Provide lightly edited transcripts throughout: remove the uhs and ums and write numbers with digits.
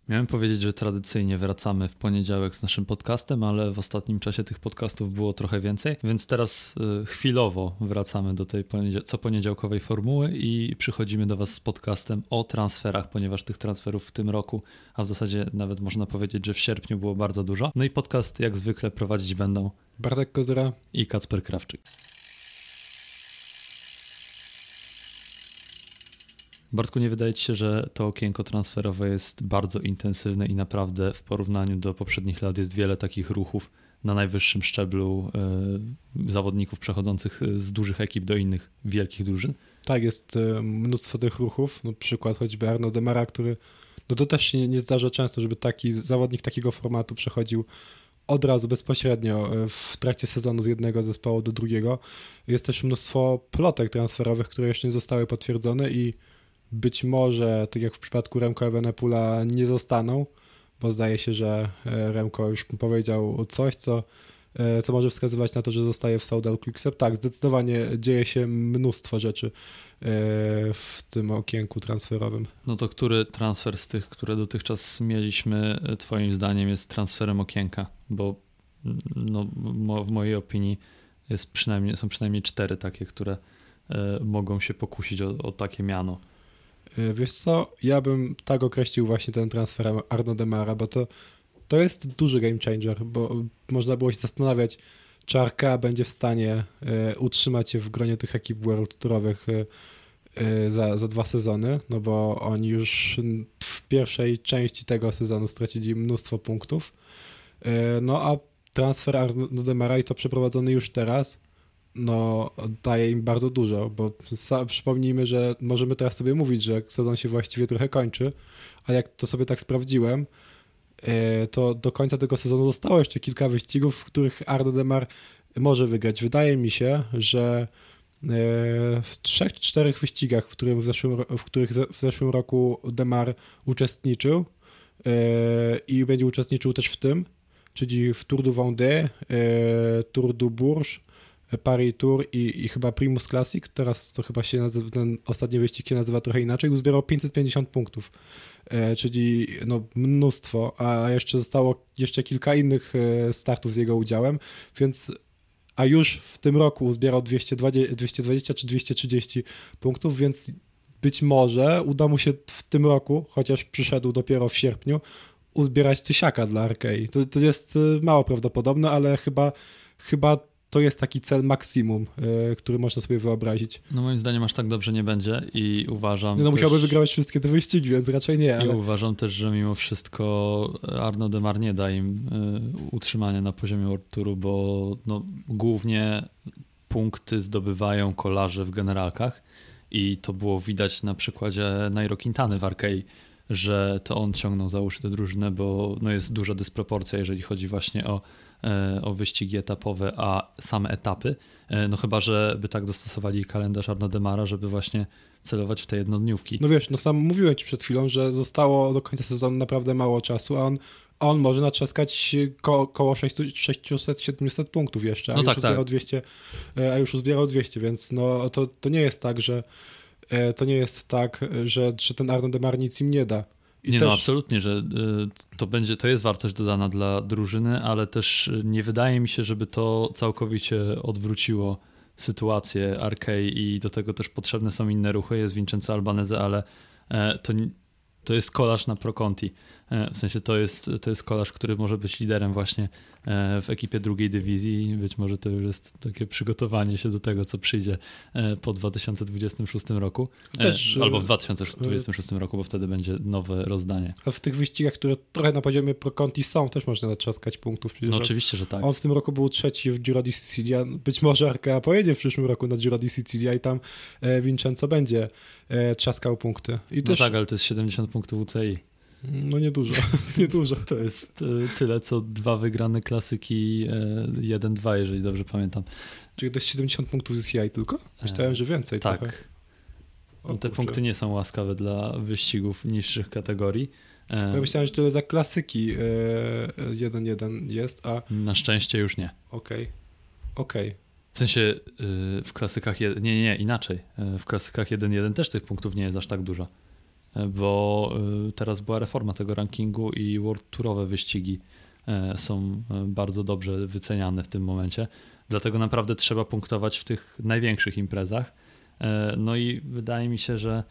Miałem powiedzieć, że tradycyjnie wracamy w poniedziałek z naszym podcastem, ale w ostatnim czasie tych podcastów było trochę więcej, więc teraz chwilowo wracamy do tej coponiedziałkowej formuły i przychodzimy do Was z podcastem o transferach, ponieważ tych transferów w tym roku, a w zasadzie nawet można powiedzieć, że w sierpniu było bardzo dużo. No i podcast jak zwykle prowadzić będą Bartek Kozera i Kacper Krawczyk. Bartku, nie wydaje Ci się, że to okienko transferowe jest bardzo intensywne i naprawdę w porównaniu do poprzednich lat jest wiele takich ruchów na najwyższym szczeblu zawodników przechodzących z dużych ekip do innych wielkich drużyn? Tak, jest mnóstwo tych ruchów, na przykład choćby Arnaud Démara, który, no to też się nie zdarza często, żeby taki zawodnik takiego formatu przechodził od razu, bezpośrednio w trakcie sezonu z jednego zespołu do drugiego. Jest też mnóstwo plotek transferowych, które jeszcze nie zostały potwierdzone i być może, tak jak w przypadku Remco Evenepoela, nie zostaną, bo zdaje się, że Remco już powiedział coś, co może wskazywać na to, że zostaje w Soudal Quickstep. Tak, zdecydowanie dzieje się mnóstwo rzeczy w tym okienku transferowym. No to który transfer z tych, które dotychczas mieliśmy, Twoim zdaniem jest transferem okienka? Bo no, w mojej opinii są przynajmniej 4 takie, które mogą się pokusić o takie miano. Wiesz co, ja bym tak określił właśnie ten transfer Arnaud Démara, bo to jest duży game changer, bo można było się zastanawiać, czy Arkea będzie w stanie utrzymać się w gronie tych ekip World Tourowych za 2 sezony, no bo oni już w pierwszej części tego sezonu stracili mnóstwo punktów, no a transfer Arnaud Démara i to przeprowadzony już teraz, no daje im bardzo dużo, bo przypomnijmy, że możemy teraz sobie mówić, że sezon się właściwie trochę kończy, a jak to sobie tak sprawdziłem, to do końca tego sezonu zostało jeszcze kilka wyścigów, w których Arnaud Démara może wygrać. Wydaje mi się, że w 3-4 wyścigach, w których w zeszłym roku Démara uczestniczył i będzie uczestniczył też w tym, czyli w Tour du Vendée, Tour du Bourges, Paris Tour i chyba Primus Classic, teraz to chyba się nazywa, ten ostatni wyścig się nazywa trochę inaczej, uzbierał 550 punktów, czyli no mnóstwo, a jeszcze zostało kilka innych startów z jego udziałem, więc a już w tym roku uzbierał 220 czy 230 punktów, więc być może uda mu się w tym roku, chociaż przyszedł dopiero w sierpniu, uzbierać tysiaka dla Arkei. To jest mało prawdopodobne, ale chyba to jest taki cel maksimum, który można sobie wyobrazić. No moim zdaniem aż tak dobrze nie będzie i uważam... No musiałby wygrać wszystkie te wyścigi, więc raczej nie. Ale... I uważam też, że mimo wszystko Arnaud Démara nie da im utrzymania na poziomie World Touru, bo no, głównie punkty zdobywają kolarze w generalkach i to było widać na przykładzie Nairo Quintany w Arkei, że to on ciągnął za uszy tę drużynę, bo no, jest duża dysproporcja, jeżeli chodzi właśnie o wyścigi etapowe, a same etapy. No chyba, że by tak dostosowali kalendarz Arnaud Démara, żeby właśnie celować w te jednodniówki. No wiesz, no sam mówiłem ci przed chwilą, że zostało do końca sezonu naprawdę mało czasu, a on może natrzaskać koło 600-700 punktów jeszcze, a, no już tak, uzbierał tak. 200, a już uzbierał 200, więc no to nie jest tak, że że ten Arnaud Démara nic im nie da. No absolutnie, że to jest wartość dodana dla drużyny, ale też nie wydaje mi się, żeby to całkowicie odwróciło sytuację Arkei i do tego też potrzebne są inne ruchy. Jest Vincenzo Albanese, ale to jest kolarz na Pro Conti. W sensie to jest kolarz, który może być liderem właśnie w ekipie drugiej dywizji. Być może to już jest takie przygotowanie się do tego, co przyjdzie po 2026 roku. Albo w 2026 roku, bo wtedy będzie nowe rozdanie. A w tych wyścigach, które trochę na poziomie Pro Conti są, też można natrzaskać punktów. No oczywiście, że tak. On w tym roku był 3 w Giro di Sicilia. Być może Arkea pojedzie w przyszłym roku na Giro di Sicilia i tam Vincenzo będzie trzaskał punkty. I no też... tak, ale to jest 70 punktów UCI. No niedużo, niedużo. To jest tyle, co 2 wygrane klasyki 1-2, jeżeli dobrze pamiętam. Czyli to jest 70 punktów z UCI tylko? Myślałem, że więcej. Tak. Trochę. No, te punkty nie są łaskawe dla wyścigów niższych kategorii. Ja myślałem, że tyle za klasyki 1-1 jest, a... Na szczęście już nie. Okej. W sensie w klasykach... Nie, inaczej. W klasykach 1-1 też tych punktów nie jest aż tak dużo. bo teraz była reforma tego rankingu i World Tourowe wyścigi są bardzo dobrze wyceniane w tym momencie. Dlatego naprawdę trzeba punktować w tych największych imprezach. No i wydaje mi się, że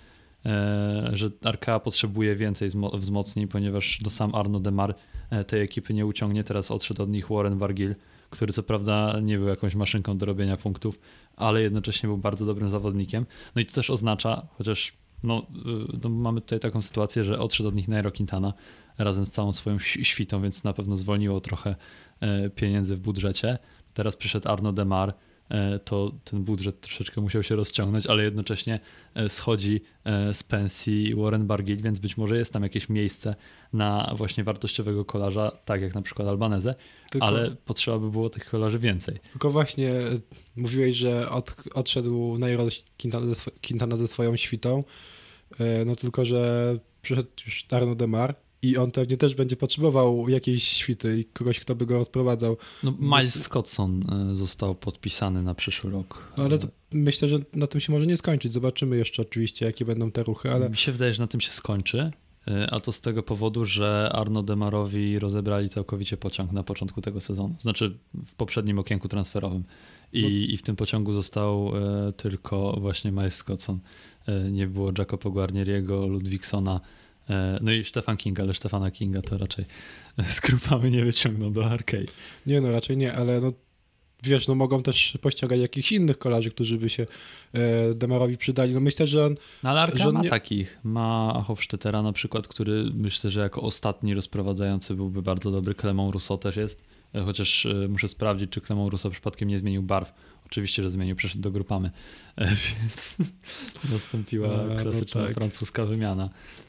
Arkea potrzebuje więcej wzmocnień, ponieważ sam Arnaud Démare tej ekipy nie uciągnie. Teraz odszedł od nich Warren Barguil, który co prawda nie był jakąś maszynką do robienia punktów, ale jednocześnie był bardzo dobrym zawodnikiem. No i to też oznacza, chociaż no mamy tutaj taką sytuację, że odszedł od nich Nairo Quintana razem z całą swoją świtą, więc na pewno zwolniło trochę pieniędzy w budżecie. Teraz przyszedł Arnaud Démare, to ten budżet troszeczkę musiał się rozciągnąć, ale jednocześnie schodzi z pensji Warren Barguil, więc być może jest tam jakieś miejsce na właśnie wartościowego kolarza, tak jak na przykład Albanese, ale potrzeba by było tych kolarzy więcej. Tylko właśnie mówiłeś, że odszedł Nairo Quintana ze swoją świtą, no tylko, że przyszedł już Arnaud Démare i on pewnie też będzie potrzebował jakiejś świty i kogoś, kto by go rozprowadzał. No, Miles Scottson został podpisany na przyszły rok. No, ale to myślę, że na tym się może nie skończyć. Zobaczymy jeszcze oczywiście, jakie będą te ruchy, ale... Mi się wydaje, że na tym się skończy, a to z tego powodu, że Arnaud Démare'owi rozebrali całkowicie pociąg na początku tego sezonu. Znaczy w poprzednim okienku transferowym. I w tym pociągu został tylko właśnie Miles Scottson. Nie było Jacopo Guarnieriego, Ludwigsona, no i Stefan King, ale Stefana Kinga to raczej z grupami nie wyciągną do Arkei. Nie, no raczej nie, ale no wiesz, no mogą też pościągać jakichś innych kolarzy, którzy by się Démare'owi przydali. No myślę, że on... No ale Arkea ma takich. Ma Hofstettera na przykład, który myślę, że jako ostatni rozprowadzający byłby bardzo dobry. Clément Rousseau też jest, chociaż muszę sprawdzić, czy Clément Rousseau przypadkiem nie zmienił barw. Oczywiście, że zmienił, przeszedł do Grupamy, więc nastąpiła klasyczna francuska wymiana.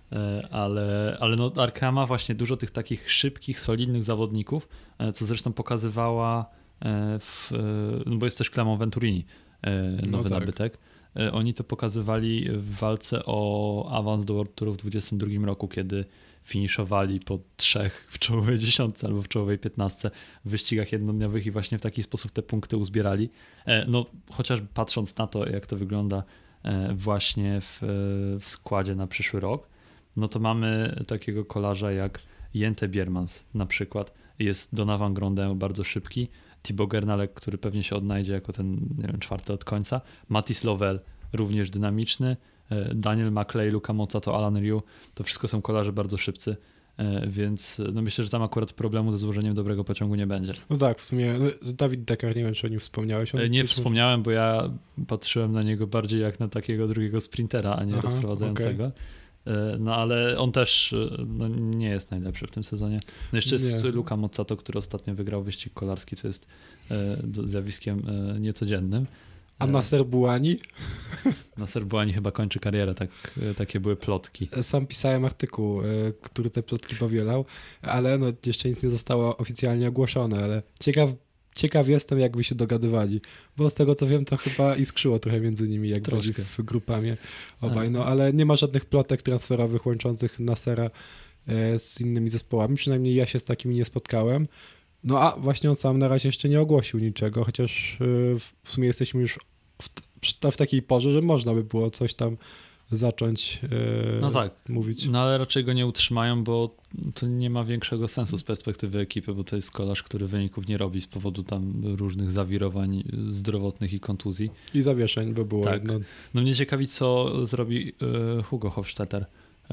Ale no Arkea ma właśnie dużo tych takich szybkich, solidnych zawodników, co zresztą pokazywała no bo jest też Clément Venturini, nowy nabytek. Oni to pokazywali w walce o awans do World Touru w 2022 roku, kiedy finiszowali po 3 w czołowej 10 albo w czołowej 15 w wyścigach jednodniowych i właśnie w taki sposób te punkty uzbierali. No chociaż patrząc na to, jak to wygląda właśnie w składzie na przyszły rok, no to mamy takiego kolarza jak Jente Biermans na przykład. Jest Donovan Grondin bardzo szybki, Thibaut Gernalek, który pewnie się odnajdzie jako ten, nie wiem, 4 od końca, Mathis Lovell również dynamiczny, Daniel Maclay, Luka Mozzato, Alan Rieu, to wszystko są kolarze bardzo szybcy, więc no myślę, że tam akurat problemu ze złożeniem dobrego pociągu nie będzie. No tak, w sumie Dawid Decker, nie wiem, czy o nim wspomniałeś. Nie wspomniałem, bo ja patrzyłem na niego bardziej jak na takiego drugiego sprintera, a nie rozprowadzającego. Okay. No ale on też no, nie jest najlepszy w tym sezonie. No jeszcze jest Luka Mozzato, który ostatnio wygrał wyścig kolarski, co jest zjawiskiem niecodziennym. A Nasser Bouhanni? Nasser Bouhanni chyba kończy karierę, takie były plotki. Sam pisałem artykuł, który te plotki powielał, ale no, jeszcze nic nie zostało oficjalnie ogłoszone, ale ciekaw jestem, jakby się dogadywali, bo z tego co wiem, to chyba iskrzyło trochę między nimi, jak byli w grupamie obaj, no ale nie ma żadnych plotek transferowych łączących Nassera z innymi zespołami, przynajmniej ja się z takimi nie spotkałem. No a właśnie on sam na razie jeszcze nie ogłosił niczego, chociaż w sumie jesteśmy już w takiej porze, że można by było coś tam zacząć mówić. No ale raczej go nie utrzymają, bo to nie ma większego sensu z perspektywy ekipy, bo to jest kolarz, który wyników nie robi z powodu tam różnych zawirowań zdrowotnych i kontuzji. I zawieszeń by było jedno. No mnie ciekawi, co zrobi Hugo Hofstetter,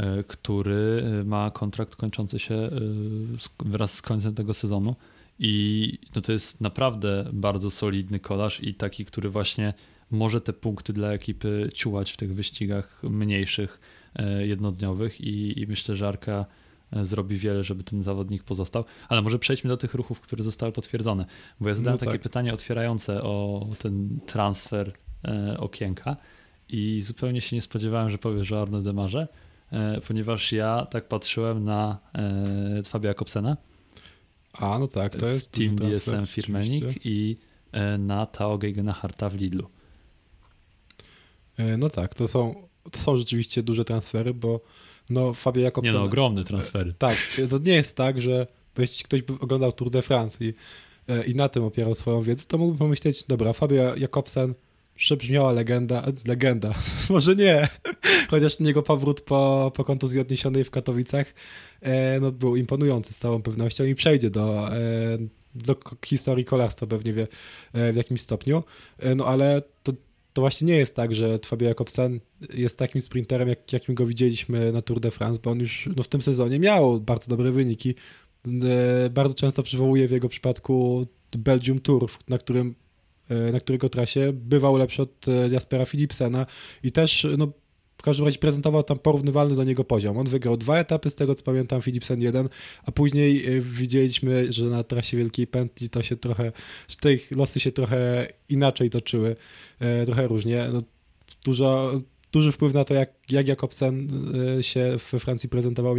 który ma kontrakt kończący się wraz z końcem tego sezonu i no to jest naprawdę bardzo solidny kolarz i taki, który właśnie może te punkty dla ekipy ciułać w tych wyścigach mniejszych, jednodniowych i myślę, że Arkea zrobi wiele, żeby ten zawodnik pozostał. Ale może przejdźmy do tych ruchów, które zostały potwierdzone, bo ja zadałem takie pytanie otwierające o ten transfer okienka i zupełnie się nie spodziewałem, że powiesz o Arnaud Démarze, ponieważ ja tak patrzyłem na Fabia Jakobsena. A, no tak, to jest Team DSM Firmenich i na Tao Geoghegan-Harta w Lidlu. No tak, to są rzeczywiście duże transfery, bo no Fabio Jakobsen... Nie no, ogromne transfery. Tak, to nie jest tak, że jeśli ktoś by oglądał Tour de France i na tym opierał swoją wiedzę, to mógłby pomyśleć, dobra, Fabio Jakobsen, przebrzmiała legenda, może nie, chociaż jego powrót po kontuzji odniesionej w Katowicach no, był imponujący z całą pewnością i przejdzie do historii kolarstwa pewnie w jakimś stopniu, no ale to właśnie nie jest tak, że Fabio Jakobsen jest takim sprinterem, jakim go widzieliśmy na Tour de France, bo on już no, w tym sezonie miał bardzo dobre wyniki. Bardzo często przywołuje w jego przypadku Belgium Tour, na którego trasie bywał lepszy od Jaspera Philipsena i też no, w każdym razie prezentował tam porównywalny do niego poziom. On wygrał 2 etapy, z tego co pamiętam, Philipsen 1, a później widzieliśmy, że na trasie Wielkiej Pętli to się trochę, że te ich losy się trochę inaczej toczyły, trochę różnie. No, duży wpływ na to, jak Jakobsen się we Francji prezentował,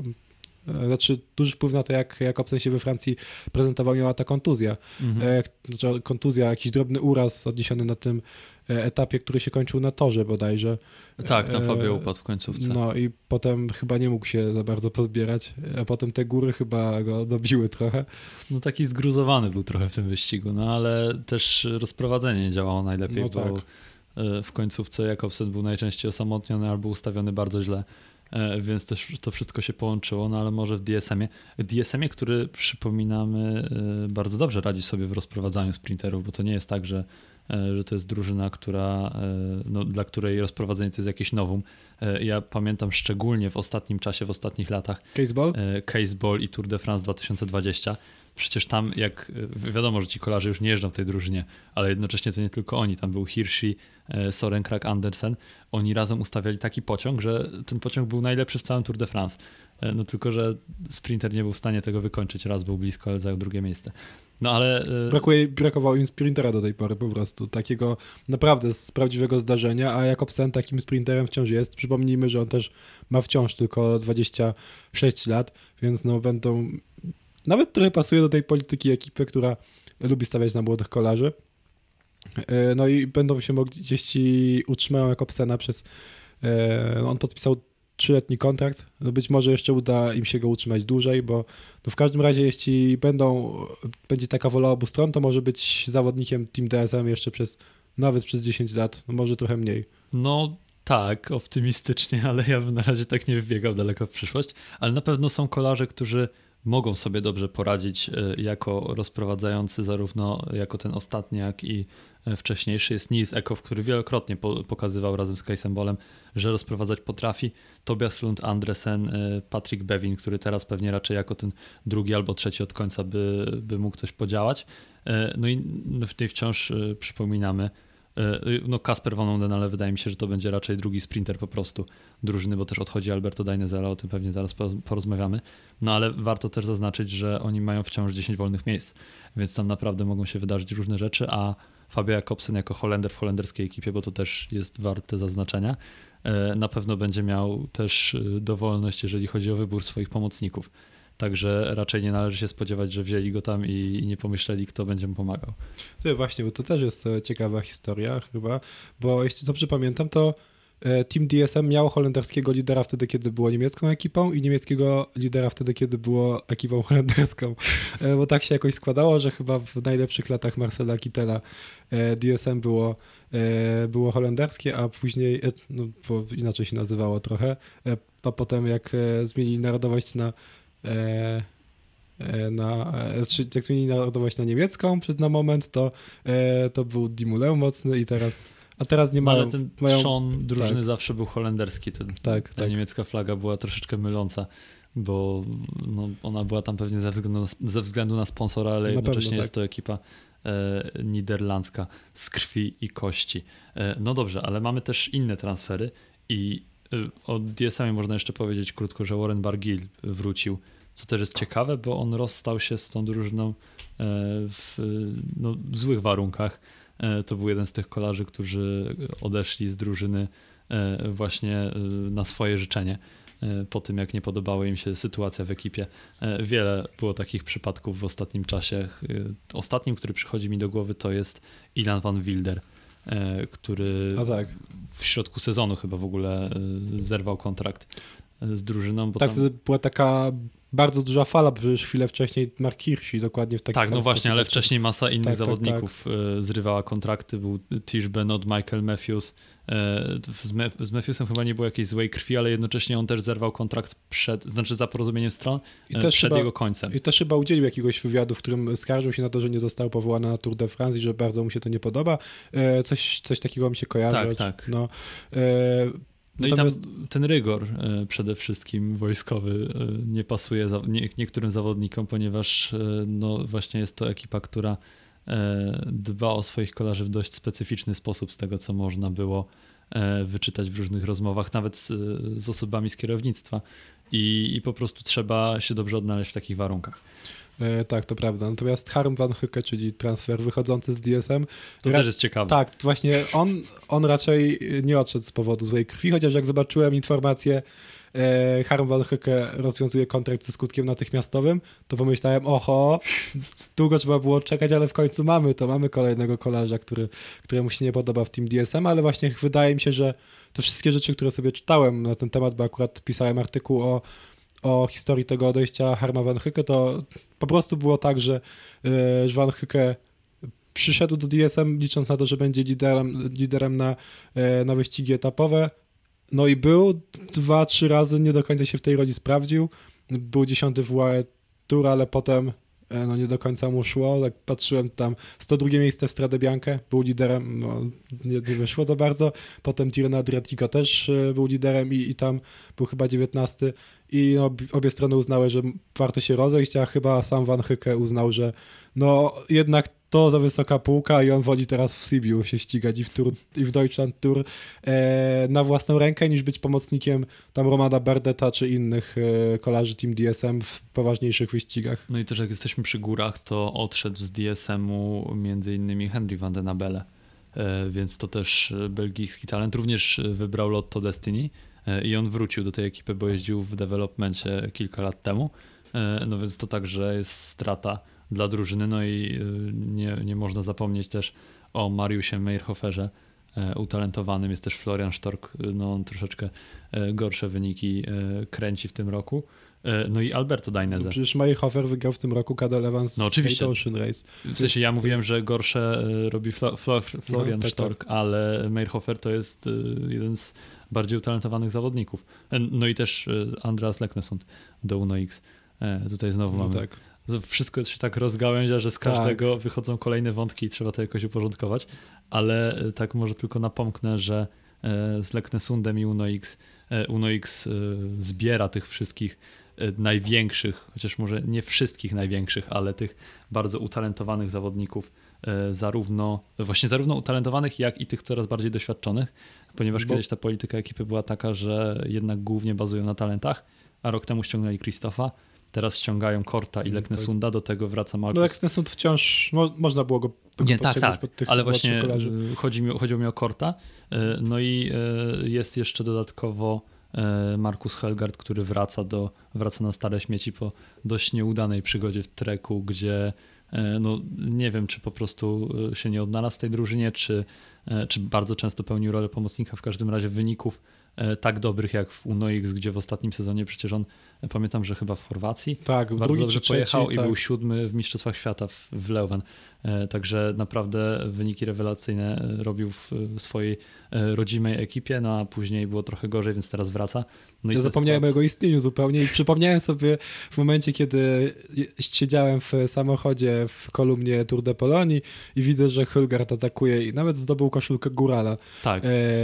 duży wpływ na to, jak Jakobsen się we Francji prezentował, miała ta kontuzja. Znaczy kontuzja, jakiś drobny uraz odniesiony na tym etapie, który się kończył na torze bodajże. Tak, tam Fabio upadł w końcówce. No i potem chyba nie mógł się za bardzo pozbierać, a potem te góry chyba go dobiły trochę. No taki zgruzowany był trochę w tym wyścigu, no ale też rozprowadzenie nie działało najlepiej, no bo tak. W końcówce Jakobsen był najczęściej osamotniony albo ustawiony bardzo źle, więc też to wszystko się połączyło, no ale może w DSM-ie, który przypominamy bardzo dobrze radzi sobie w rozprowadzaniu sprinterów, bo to nie jest tak, że to jest drużyna, dla której rozprowadzenie to jest jakieś novum. Ja pamiętam szczególnie w ostatnim czasie, w ostatnich latach Case Ball i Tour de France 2020. Przecież tam, jak wiadomo, że ci kolarze już nie jeżdżą w tej drużynie, ale jednocześnie to nie tylko oni, tam był Hirschi, Soren Kragh Andersen, oni razem ustawiali taki pociąg, że ten pociąg był najlepszy w całym Tour de France. No tylko, że sprinter nie był w stanie tego wykończyć, raz był blisko, ale zajął drugie miejsce. No ale... Brakowało im sprintera do tej pory po prostu, takiego naprawdę z prawdziwego zdarzenia, a Jakobsen takim sprinterem wciąż jest. Przypomnijmy, że on też ma wciąż tylko 26 lat, więc no będą... Nawet trochę pasuje do tej polityki ekipy, która lubi stawiać na młodych kolarzy. No i będą się mogli, jeśli utrzymają Jakobsena on podpisał 3-letni kontrakt, no być może jeszcze uda im się go utrzymać dłużej, bo no w każdym razie jeśli będzie taka wola obu stron, to może być zawodnikiem Team DSM jeszcze nawet przez 10 lat, no może trochę mniej. No tak, optymistycznie, ale ja bym na razie tak nie wbiegał daleko w przyszłość, ale na pewno są kolarze, którzy mogą sobie dobrze poradzić jako rozprowadzający, zarówno jako ten ostatni, jak i wcześniejszy. Jest Nils Ekow, który wielokrotnie pokazywał razem z Casem Ballem, że rozprowadzać potrafi. Tobias Lund Andresen, Patrick Bevin, który teraz pewnie raczej jako ten drugi albo trzeci od końca by mógł coś podziałać. No i w tej wciąż przypominamy, no Kasper Van Onden, ale wydaje mi się, że to będzie raczej drugi sprinter po prostu drużyny, bo też odchodzi Alberto Dainezera, o tym pewnie zaraz porozmawiamy. No ale warto też zaznaczyć, że oni mają wciąż 10 wolnych miejsc, więc tam naprawdę mogą się wydarzyć różne rzeczy, a Fabio Jakobsen jako Holender w holenderskiej ekipie, bo to też jest warte zaznaczenia, na pewno będzie miał też dowolność, jeżeli chodzi o wybór swoich pomocników. Także raczej nie należy się spodziewać, że wzięli go tam i nie pomyśleli, kto będzie mu pomagał. Właśnie, bo to też jest ciekawa historia chyba, bo jeśli dobrze pamiętam, to Team DSM miał holenderskiego lidera wtedy, kiedy było niemiecką ekipą i niemieckiego lidera wtedy, kiedy było ekipą holenderską. Bo tak się jakoś składało, że chyba w najlepszych latach Marcela Kittela DSM było holenderskie, a później, no bo inaczej się nazywało trochę, a potem jak zmienili narodowość jak zmienili narodowość na niemiecką na moment, to był Dumoulin mocny a teraz nie mają... Ale ten trzon drużyny zawsze był holenderski. Ta niemiecka flaga była troszeczkę myląca, bo no, ona była tam pewnie ze względu na sponsora, ale jednocześnie jest to ekipa niderlandzka z krwi i kości. No dobrze, ale mamy też inne transfery i o DSM-ie można jeszcze powiedzieć krótko, że Warren Barguil wrócił, co też jest ciekawe, bo on rozstał się z tą drużyną w złych warunkach. To był jeden z tych kolarzy, którzy odeszli z drużyny właśnie na swoje życzenie, po tym jak nie podobała im się sytuacja w ekipie. Wiele było takich przypadków w ostatnim czasie. Ostatnim, który przychodzi mi do głowy, to jest Ilan van Wilder, który w środku sezonu chyba w ogóle zerwał kontrakt z drużyną. Bo tak, to była taka bardzo duża fala, bo już chwilę wcześniej Mark Hirschi dokładnie w taki Tak, no właśnie, ale wcześniej masa innych zawodników zrywała kontrakty. Był Tish Benoit, Michael Matthews, z Matthewsem chyba nie było jakiejś złej krwi, ale jednocześnie on też zerwał kontrakt za porozumieniem stron przed jego końcem. I też chyba udzielił jakiegoś wywiadu, w którym skarżył się na to, że nie został powołany na Tour de France i że bardzo mu się to nie podoba. Coś takiego mi się kojarzy. Tak. No, Natomiast... i tam ten rygor przede wszystkim wojskowy nie pasuje niektórym zawodnikom, ponieważ no właśnie jest to ekipa, która dba o swoich kolarzy w dość specyficzny sposób z tego, co można było wyczytać w różnych rozmowach, nawet z osobami z kierownictwa i po prostu trzeba się dobrze odnaleźć w takich warunkach. Tak, to prawda. Natomiast Harm van Hycke, czyli transfer wychodzący z DSM... To też jest ciekawe. Tak, właśnie on raczej nie odszedł z powodu złej krwi, chociaż jak zobaczyłem informację, Harm van Hycke rozwiązuje kontrakt ze skutkiem natychmiastowym, to pomyślałem, oho, długo trzeba było czekać, ale w końcu mamy kolejnego kolarza, któremu się nie podoba w Team DSM, ale właśnie wydaje mi się, że te wszystkie rzeczy, które sobie czytałem na ten temat, bo akurat pisałem artykuł o historii tego odejścia Harma van Hycke, to po prostu było tak, że Van Hycke przyszedł do DSM licząc na to, że będzie liderem na wyścigi etapowe. No i był 2-3 razy, nie do końca się w tej roli sprawdził. Był 10 w UAE Tour, ale potem no nie do końca mu szło. Tak patrzyłem tam, 102 miejsce w Strade Bianche, był liderem, no nie wyszło za bardzo. Potem Tirreno Adriatico też był liderem i tam był chyba 19. I no, obie strony uznały, że warto się rozejść, a chyba sam Van Hycke uznał, że no jednak to za wysoka półka i on woli teraz w Sibiu się ścigać i w Deutschland Tour na własną rękę, niż być pomocnikiem tam Romana Bardeta czy innych kolarzy Team DSM w poważniejszych wyścigach. No i też jak jesteśmy przy górach, to odszedł z DSM-u między innymi Henry van den Abele, więc to też belgijski talent. Również wybrał Lotto Destiny i on wrócił do tej ekipy, bo jeździł w developmencie kilka lat temu, no więc to także jest strata dla drużyny, no i nie można zapomnieć też o Mariusie Meyerhoferze, utalentowanym, jest też Florian Stork, no on troszeczkę gorsze wyniki kręci w tym roku, no i Alberto Dainese. No przecież Meyerhofer wygrał w tym roku Cadel Evans no oczywiście. Ocean Race. W sensie ja mówiłem, że gorsze robi Florian Stork, tak. Ale Meyerhofer to jest jeden z bardziej utalentowanych zawodników. No i też Andreas Leknesund do Uno X. Tutaj znowu mamy. Tak. Wszystko się tak rozgałęzia, że z każdego wychodzą kolejne wątki i trzeba to jakoś uporządkować, ale tak może tylko napomknę, że z Leknesundem i Uno X zbiera tych wszystkich największych, chociaż może nie wszystkich największych, ale tych bardzo utalentowanych zawodników, zarówno utalentowanych, jak i tych coraz bardziej doświadczonych, ponieważ kiedyś ta polityka ekipy była taka, że jednak głównie bazują na talentach, a rok temu ściągnęli Christopha, teraz ściągają Korta i Leknesunda, do tego wraca Markus. No Leknesund wciąż, można było go tak, pod tych ale właśnie kolarzy. chodziło mi o Korta, no i jest jeszcze dodatkowo Markus Helgaard, który wraca na stare śmieci po dość nieudanej przygodzie w Treku, gdzie no nie wiem, czy po prostu się nie odnalazł w tej drużynie, czy bardzo często pełnił rolę pomocnika, w każdym razie wyników tak dobrych jak w Uno X, gdzie w ostatnim sezonie przecież on, pamiętam, że chyba w Chorwacji bardzo dobrze pojechał i był 7 w Mistrzostwach Świata w Leuven. Także naprawdę wyniki rewelacyjne robił w swojej rodzimej ekipie, no a później było trochę gorzej, więc teraz wraca. No ja zapomniałem o jego istnieniu zupełnie i przypomniałem sobie w momencie, kiedy siedziałem w samochodzie w kolumnie Tour de Polonii i widzę, że Hülgaard atakuje i nawet zdobył koszulkę górala. Tak.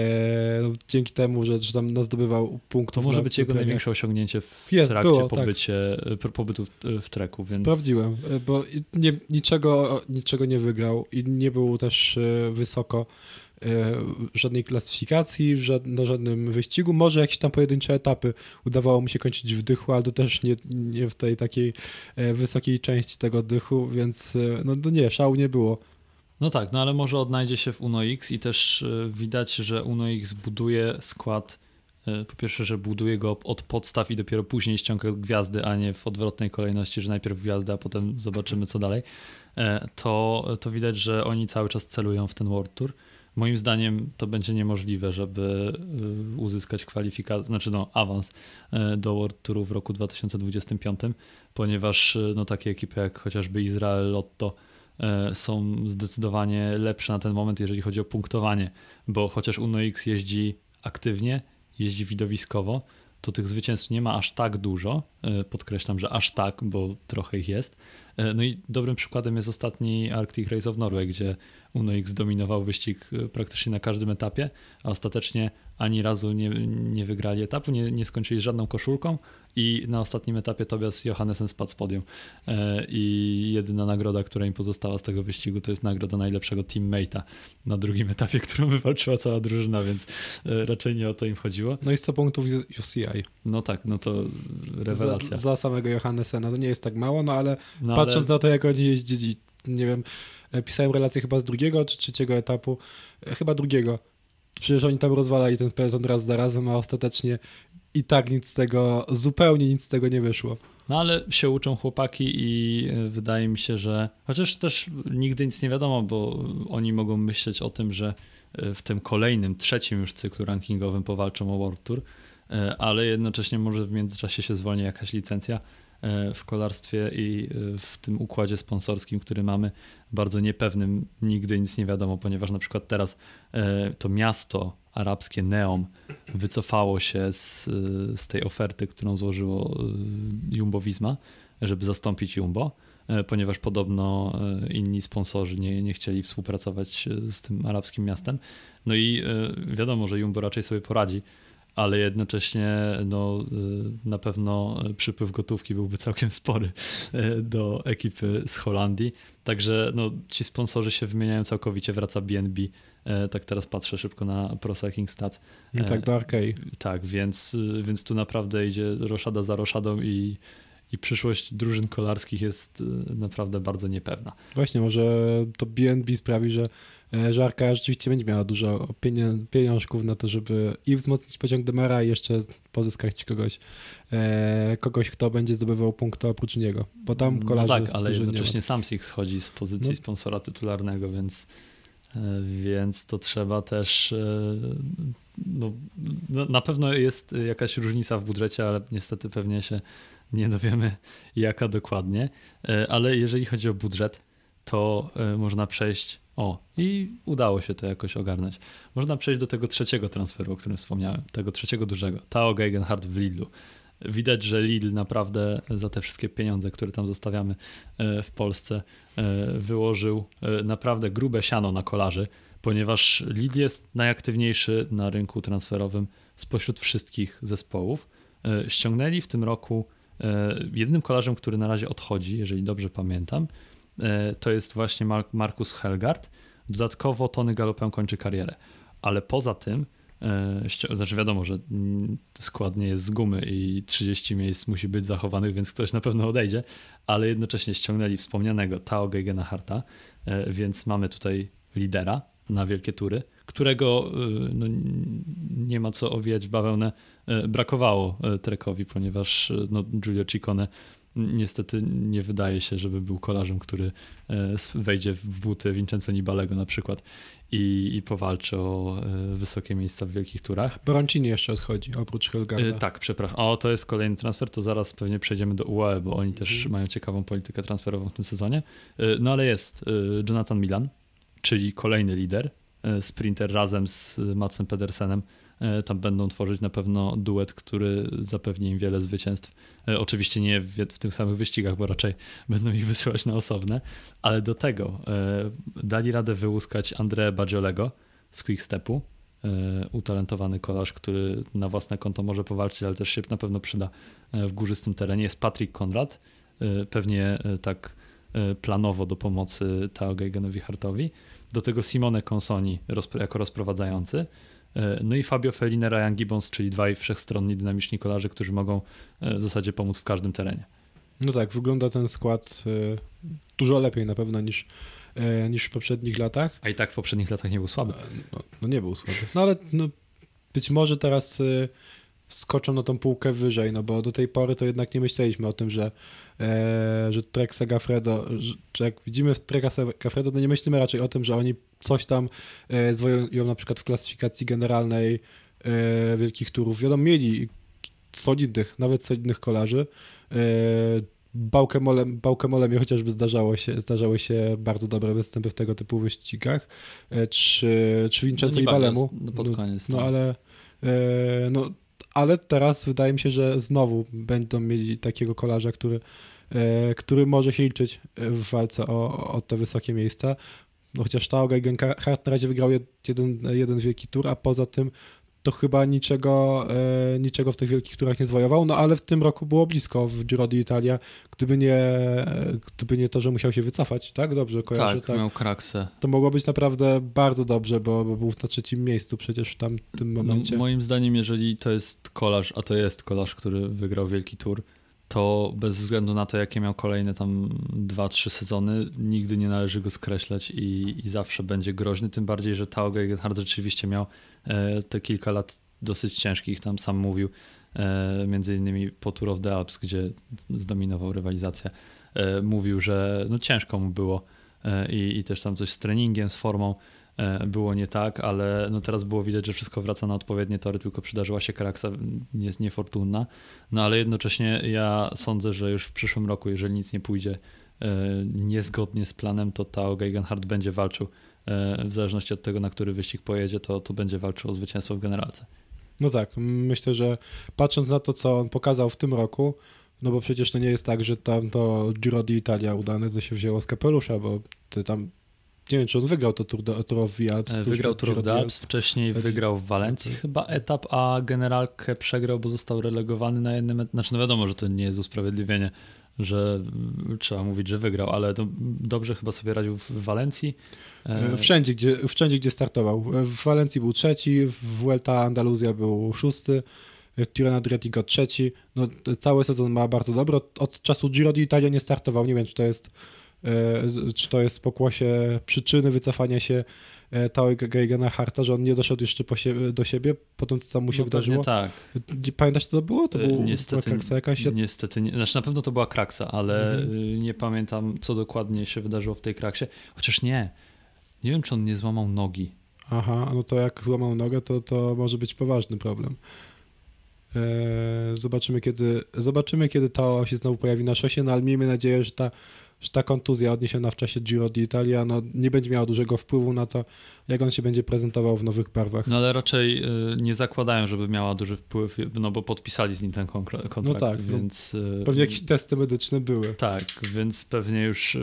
Dzięki temu, że tam zdobywał punktów. To może być jego największe osiągnięcie w trakcie pobytu w Treku. Więc... Sprawdziłem, bo niczego nie wygrał i nie był też wysoko w żadnej klasyfikacji, na żadnym wyścigu. Może jakieś tam pojedyncze etapy udawało mu się kończyć w dychu, ale to też nie w tej takiej wysokiej części tego dychu, więc no to nie, szału nie było. No tak, no ale może odnajdzie się w Uno X i też widać, że Uno X buduje skład, po pierwsze, że buduje go od podstaw i dopiero później ściąga gwiazdy, a nie w odwrotnej kolejności, że najpierw gwiazdy, a potem zobaczymy co dalej. To widać, że oni cały czas celują w ten World Tour. Moim zdaniem to będzie niemożliwe, żeby uzyskać awans do World Touru w roku 2025, ponieważ no, takie ekipy jak chociażby Izrael Lotto są zdecydowanie lepsze na ten moment, jeżeli chodzi o punktowanie, bo chociaż Uno X jeździ aktywnie, jeździ widowiskowo, to tych zwycięstw nie ma aż tak dużo. Podkreślam, że aż tak, bo trochę ich jest. No i dobrym przykładem jest ostatni Arctic Race of Norway, gdzie Uno X dominował wyścig praktycznie na każdym etapie, a ostatecznie ani razu nie wygrali etapu, nie skończyli z żadną koszulką i na ostatnim etapie Tobias Johannesen spadł z podium. I jedyna nagroda, która im pozostała z tego wyścigu, to jest nagroda najlepszego teammate'a na drugim etapie, którą wywalczyła cała drużyna, więc raczej nie o to im chodziło. No i 100 punktów UCI. No tak, no to rewelacja. Za samego Johannessena, to nie jest tak mało, ale patrząc na to, jak oni jeździli, nie wiem, pisałem relację chyba z drugiego czy trzeciego etapu, chyba drugiego. Przecież oni tam rozwalali ten peloton raz za razem, a ostatecznie i tak zupełnie nic z tego nie wyszło. No ale się uczą chłopaki i wydaje mi się, że chociaż też nigdy nic nie wiadomo, bo oni mogą myśleć o tym, że w tym kolejnym, trzecim już cyklu rankingowym powalczą o World Tour, ale jednocześnie może w międzyczasie się zwolni jakaś licencja w kolarstwie i w tym układzie sponsorskim, który mamy, bardzo niepewnym, nigdy nic nie wiadomo, ponieważ na przykład teraz to miasto arabskie Neom wycofało się z tej oferty, którą złożyło Jumbo Visma, żeby zastąpić Jumbo, ponieważ podobno inni sponsorzy nie chcieli współpracować z tym arabskim miastem. No i wiadomo, że Jumbo raczej sobie poradzi, ale jednocześnie na pewno przypływ gotówki byłby całkiem spory do ekipy z Holandii. Także ci sponsorzy się wymieniają całkowicie, wraca BNB. Tak teraz patrzę szybko na Pro Cycling Stats. Tak, do Arkei. Tak, więc tu naprawdę idzie roszada za roszadą i przyszłość drużyn kolarskich jest naprawdę bardzo niepewna. Właśnie, może to BNB sprawi, że Arkea rzeczywiście będzie miała dużo pieniążków na to, żeby i wzmocnić pociąg Demara i jeszcze pozyskać kogoś, kto będzie zdobywał punkty oprócz niego, bo tam kolarzy... No tak, ale jednocześnie Samsic schodzi z pozycji sponsora tytularnego, więc to trzeba też... na pewno jest jakaś różnica w budżecie, ale niestety pewnie się nie dowiemy jaka dokładnie, ale jeżeli chodzi o budżet, to można przejść... i udało się to jakoś ogarnąć. Można przejść do tego trzeciego transferu, o którym wspomniałem, tego trzeciego dużego. Tao Geoghegan Hart w Lidlu. Widać, że Lidl naprawdę za te wszystkie pieniądze, które tam zostawiamy w Polsce, wyłożył naprawdę grube siano na kolarzy, ponieważ Lidl jest najaktywniejszy na rynku transferowym spośród wszystkich zespołów. Ściągnęli w tym roku jedynym kolarzem, który na razie odchodzi, jeżeli dobrze pamiętam, to jest właśnie Markus Helgaard. Dodatkowo Tony Galopin kończy karierę. Ale poza tym, znaczy wiadomo, że skład nie jest z gumy i 30 miejsc musi być zachowanych, więc ktoś na pewno odejdzie, ale jednocześnie ściągnęli wspomnianego Tao Geoghegan Harta, więc mamy tutaj lidera na wielkie tury, którego nie ma co owijać w bawełnę. Brakowało Trekowi, ponieważ Giulio Ciccone niestety nie wydaje się, żeby był kolarzem, który wejdzie w buty Vincenzo Nibalego na przykład i powalczy o wysokie miejsca w wielkich turach. Broncini jeszcze odchodzi, oprócz Helgarda. Tak, przepraszam. To jest kolejny transfer, to zaraz pewnie przejdziemy do UAE, bo oni też mają ciekawą politykę transferową w tym sezonie. No ale jest Jonathan Milan, czyli kolejny lider, sprinter razem z Madsem Pedersenem. Tam będą tworzyć na pewno duet, który zapewni im wiele zwycięstw. Oczywiście nie w tych samych wyścigach, bo raczej będą ich wysyłać na osobne, ale do tego dali radę wyłuskać Andrea Baggiolego z Quickstepu, utalentowany kolarz, który na własne konto może powalczyć, ale też się na pewno przyda w górzystym terenie. Jest Patrick Conrad, pewnie tak planowo do pomocy Tao Geoghegonowi Hartowi. Do tego Simone Consoni jako rozprowadzający. No i Fabio Fellini, Ryan Gibbons, czyli dwaj wszechstronni, dynamiczni kolarze, którzy mogą w zasadzie pomóc w każdym terenie. No tak, wygląda ten skład dużo lepiej na pewno niż w poprzednich latach. A i tak w poprzednich latach nie był słaby. No nie był słaby. No ale być może teraz skoczą na tą półkę wyżej, bo do tej pory to jednak nie myśleliśmy o tym, że Trek Segafredo, że jak widzimy w Treka Segafredo, to nie myślimy raczej o tym, że oni coś tam zwojują na przykład w klasyfikacji generalnej wielkich turów. Wiadomo, mieli nawet solidnych kolarzy. Bałkemolem chociażby zdarzały się bardzo dobre występy w tego typu wyścigach, czy Vincenzo Nibaliemu. Pod koniec. No ale ale teraz wydaje mi się, że znowu będą mieli takiego kolarza, który może się liczyć w walce o te wysokie miejsca. No chociaż Tao Geoghegan-Hart na razie wygrał jeden wielki tur, a poza tym to chyba niczego w tych wielkich turach nie zwojował, no ale w tym roku było blisko w Giro d'Italia, gdyby nie to, że musiał się wycofać, tak? Dobrze kojarzę? Tak, miał kraksę. To mogło być naprawdę bardzo dobrze, bo był na 3. miejscu przecież w tamtym momencie. No, moim zdaniem, jeżeli to jest kolarz, a to jest kolarz, który wygrał wielki tur, to bez względu na to, jakie miał kolejne tam 2-3 sezony, nigdy nie należy go skreślać i zawsze będzie groźny, tym bardziej, że Tao Geoghegan-Hart rzeczywiście miał te kilka lat dosyć ciężkich, tam sam mówił, między innymi po Tour of the Alps, gdzie zdominował rywalizację, mówił, że no ciężko mu było i też tam coś z treningiem, z formą było nie tak, ale no teraz było widać, że wszystko wraca na odpowiednie tory, tylko przydarzyła się kraksa niefortunna, no ale jednocześnie ja sądzę, że już w przyszłym roku, jeżeli nic nie pójdzie niezgodnie z planem, to Tao Geoghegan-Hart będzie walczył, w zależności od tego, na który wyścig pojedzie, to będzie walczył o zwycięstwo w generalce. No tak, myślę, że patrząc na to, co on pokazał w tym roku, no bo przecież to nie jest tak, że tam to Giro d'Italia udane, co się wzięło z kapelusza, bo ty tam, nie wiem, czy on wygrał to Tour of the Alps. Wygrał Tour of the Alps, wcześniej wygrał w Walencji chyba etap, a generalkę przegrał, bo został relegowany na jednym etapie. Znaczy no wiadomo, że to nie jest usprawiedliwienie, że trzeba mówić, że wygrał, ale to dobrze chyba sobie radził w Walencji. Wszędzie, gdzie startował. W Walencji był 3, w Vuelta Andaluzja był 6, w Tirreno Adriatico 3. No, cały sezon ma bardzo dobry. Od czasu Giro d'Italia nie startował. Nie wiem, czy to jest pokłosie przyczyny wycofania się Tao Geoghegan-Harta, że on nie doszedł jeszcze do siebie, potem co tam mu się wydarzyło. Tak. Pamiętasz, co to było? To była kraksa jakaś? Niestety nie. Znaczy na pewno to była kraksa, ale nie pamiętam, co dokładnie się wydarzyło w tej kraksie. Chociaż nie wiem, czy on nie złamał nogi. Aha, no to jak złamał nogę, to może być poważny problem. Zobaczymy, kiedy Tao się znowu pojawi na szosie, no ale miejmy nadzieję, że ta kontuzja odniesiona w czasie Giro d'Italia no, nie będzie miała dużego wpływu na to, jak on się będzie prezentował w nowych barwach. No ale raczej nie zakładają, żeby miała duży wpływ, no bo podpisali z nim ten kontrakt, no tak, więc... Pewnie jakieś testy medyczne były. Tak, więc pewnie już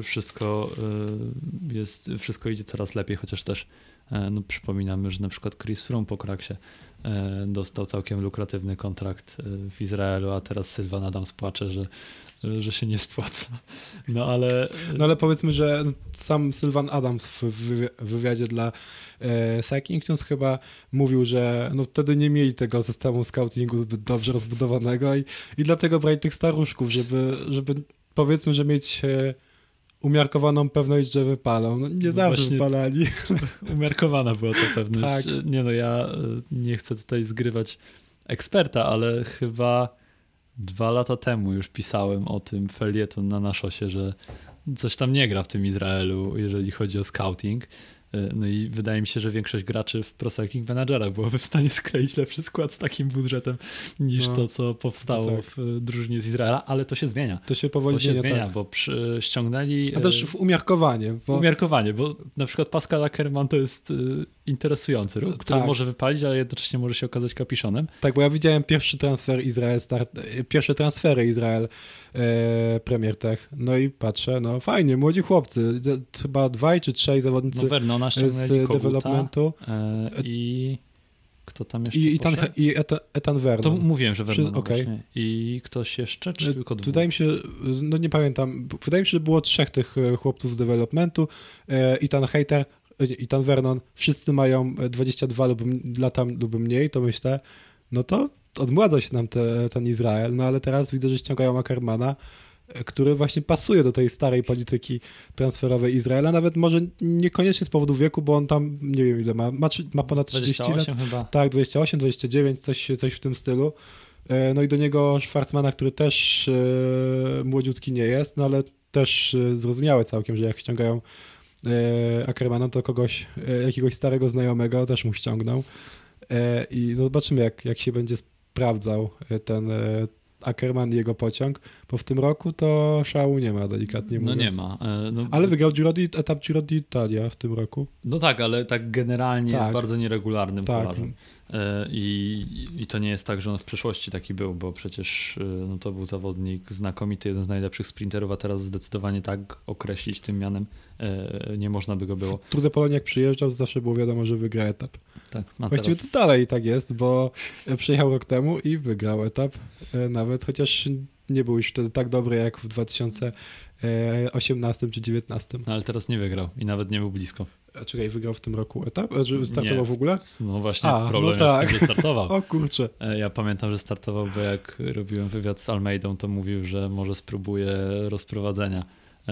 wszystko idzie coraz lepiej, chociaż też no, przypominamy, że na przykład Chris Froome po kraksie dostał całkiem lukratywny kontrakt w Izraelu, a teraz Sylvan Adams płacze, że się nie spłaca. No ale powiedzmy, że sam Sylvan Adams w wywiadzie dla Cycling News chyba mówił, że no wtedy nie mieli tego systemu scoutingu zbyt dobrze rozbudowanego i dlatego brali tych staruszków, żeby powiedzmy, że mieć umiarkowaną pewność, że wypalą. No nie zawsze wypalali. Umiarkowana była ta pewność. Tak. Nie no, ja nie chcę tutaj zgrywać eksperta, ale chyba 2 lata temu już pisałem o tym felieton na szosie, że coś tam nie gra w tym Izraelu, jeżeli chodzi o scouting. No i wydaje mi się, że większość graczy w Pro Cycling Managera byłoby w stanie skleić lepszy skład z takim budżetem niż to, co powstało tak. w drużynie z Izraela, ale to się zmienia. To się powoli zmienia, bo ściągnęli... A też w umiarkowanie. Bo na przykład Pascal Ackermann to jest interesujący ruch, który może wypalić, ale jednocześnie może się okazać kapiszonem. Tak, bo ja widziałem pierwsze transfery Izrael Premier Tech, no i patrzę, no fajnie, młodzi chłopcy, chyba 2 czy 3 zawodnicy z developmentu. I kto tam jeszcze I Ethan Vernon. To mówiłem, że Vernon właśnie. I ktoś jeszcze, czy tylko 2? Wydaje mi się, no nie pamiętam, wydaje mi się, że było 3 tych chłopców z developmentu, Ethan Vernon, wszyscy mają 22 lata lub mniej, to myślę, no to odmładza się nam ten Izrael, no ale teraz widzę, że ściągają Ackermana, który właśnie pasuje do tej starej polityki transferowej Izraela, nawet może niekoniecznie z powodu wieku, bo on tam, nie wiem ile ma ponad 30 lat. Chyba. Tak, 28, 29, coś w tym stylu. No i do niego Schwarzmana, który też młodziutki nie jest, no ale też zrozumiałe całkiem, że jak ściągają Ackermana, to jakiegoś starego znajomego też mu ściągną. I zobaczymy, jak się będzie sprawdzał Ackerman i jego pociąg, bo w tym roku to szału nie ma, delikatnie mówiąc. No nie ma. Ale wygrał etap Giro d'Italia w tym roku. No tak, ale tak generalnie Tak. jest bardzo nieregularnym Tak. kolarzem. I to nie jest tak, że on w przeszłości taki był, bo przecież no to był zawodnik znakomity, jeden z najlepszych sprinterów, a teraz zdecydowanie tak określić tym mianem nie można by go było. Tour de Pologne jak przyjeżdżał, zawsze było wiadomo, że wygra etap. Tak, Właściwie to dalej tak jest, bo przyjechał rok temu i wygrał etap, nawet chociaż nie był już wtedy tak dobry jak w 2018 czy 2019. No, ale teraz nie wygrał i nawet nie był blisko. A czekaj, wygrał w tym roku etap? Czy startował Nie. w ogóle? No właśnie problem no jest tak. z tym, że startował. O kurczę. Ja pamiętam, że startował, bo jak robiłem wywiad z Almeidą, to mówił, że może spróbuje rozprowadzenia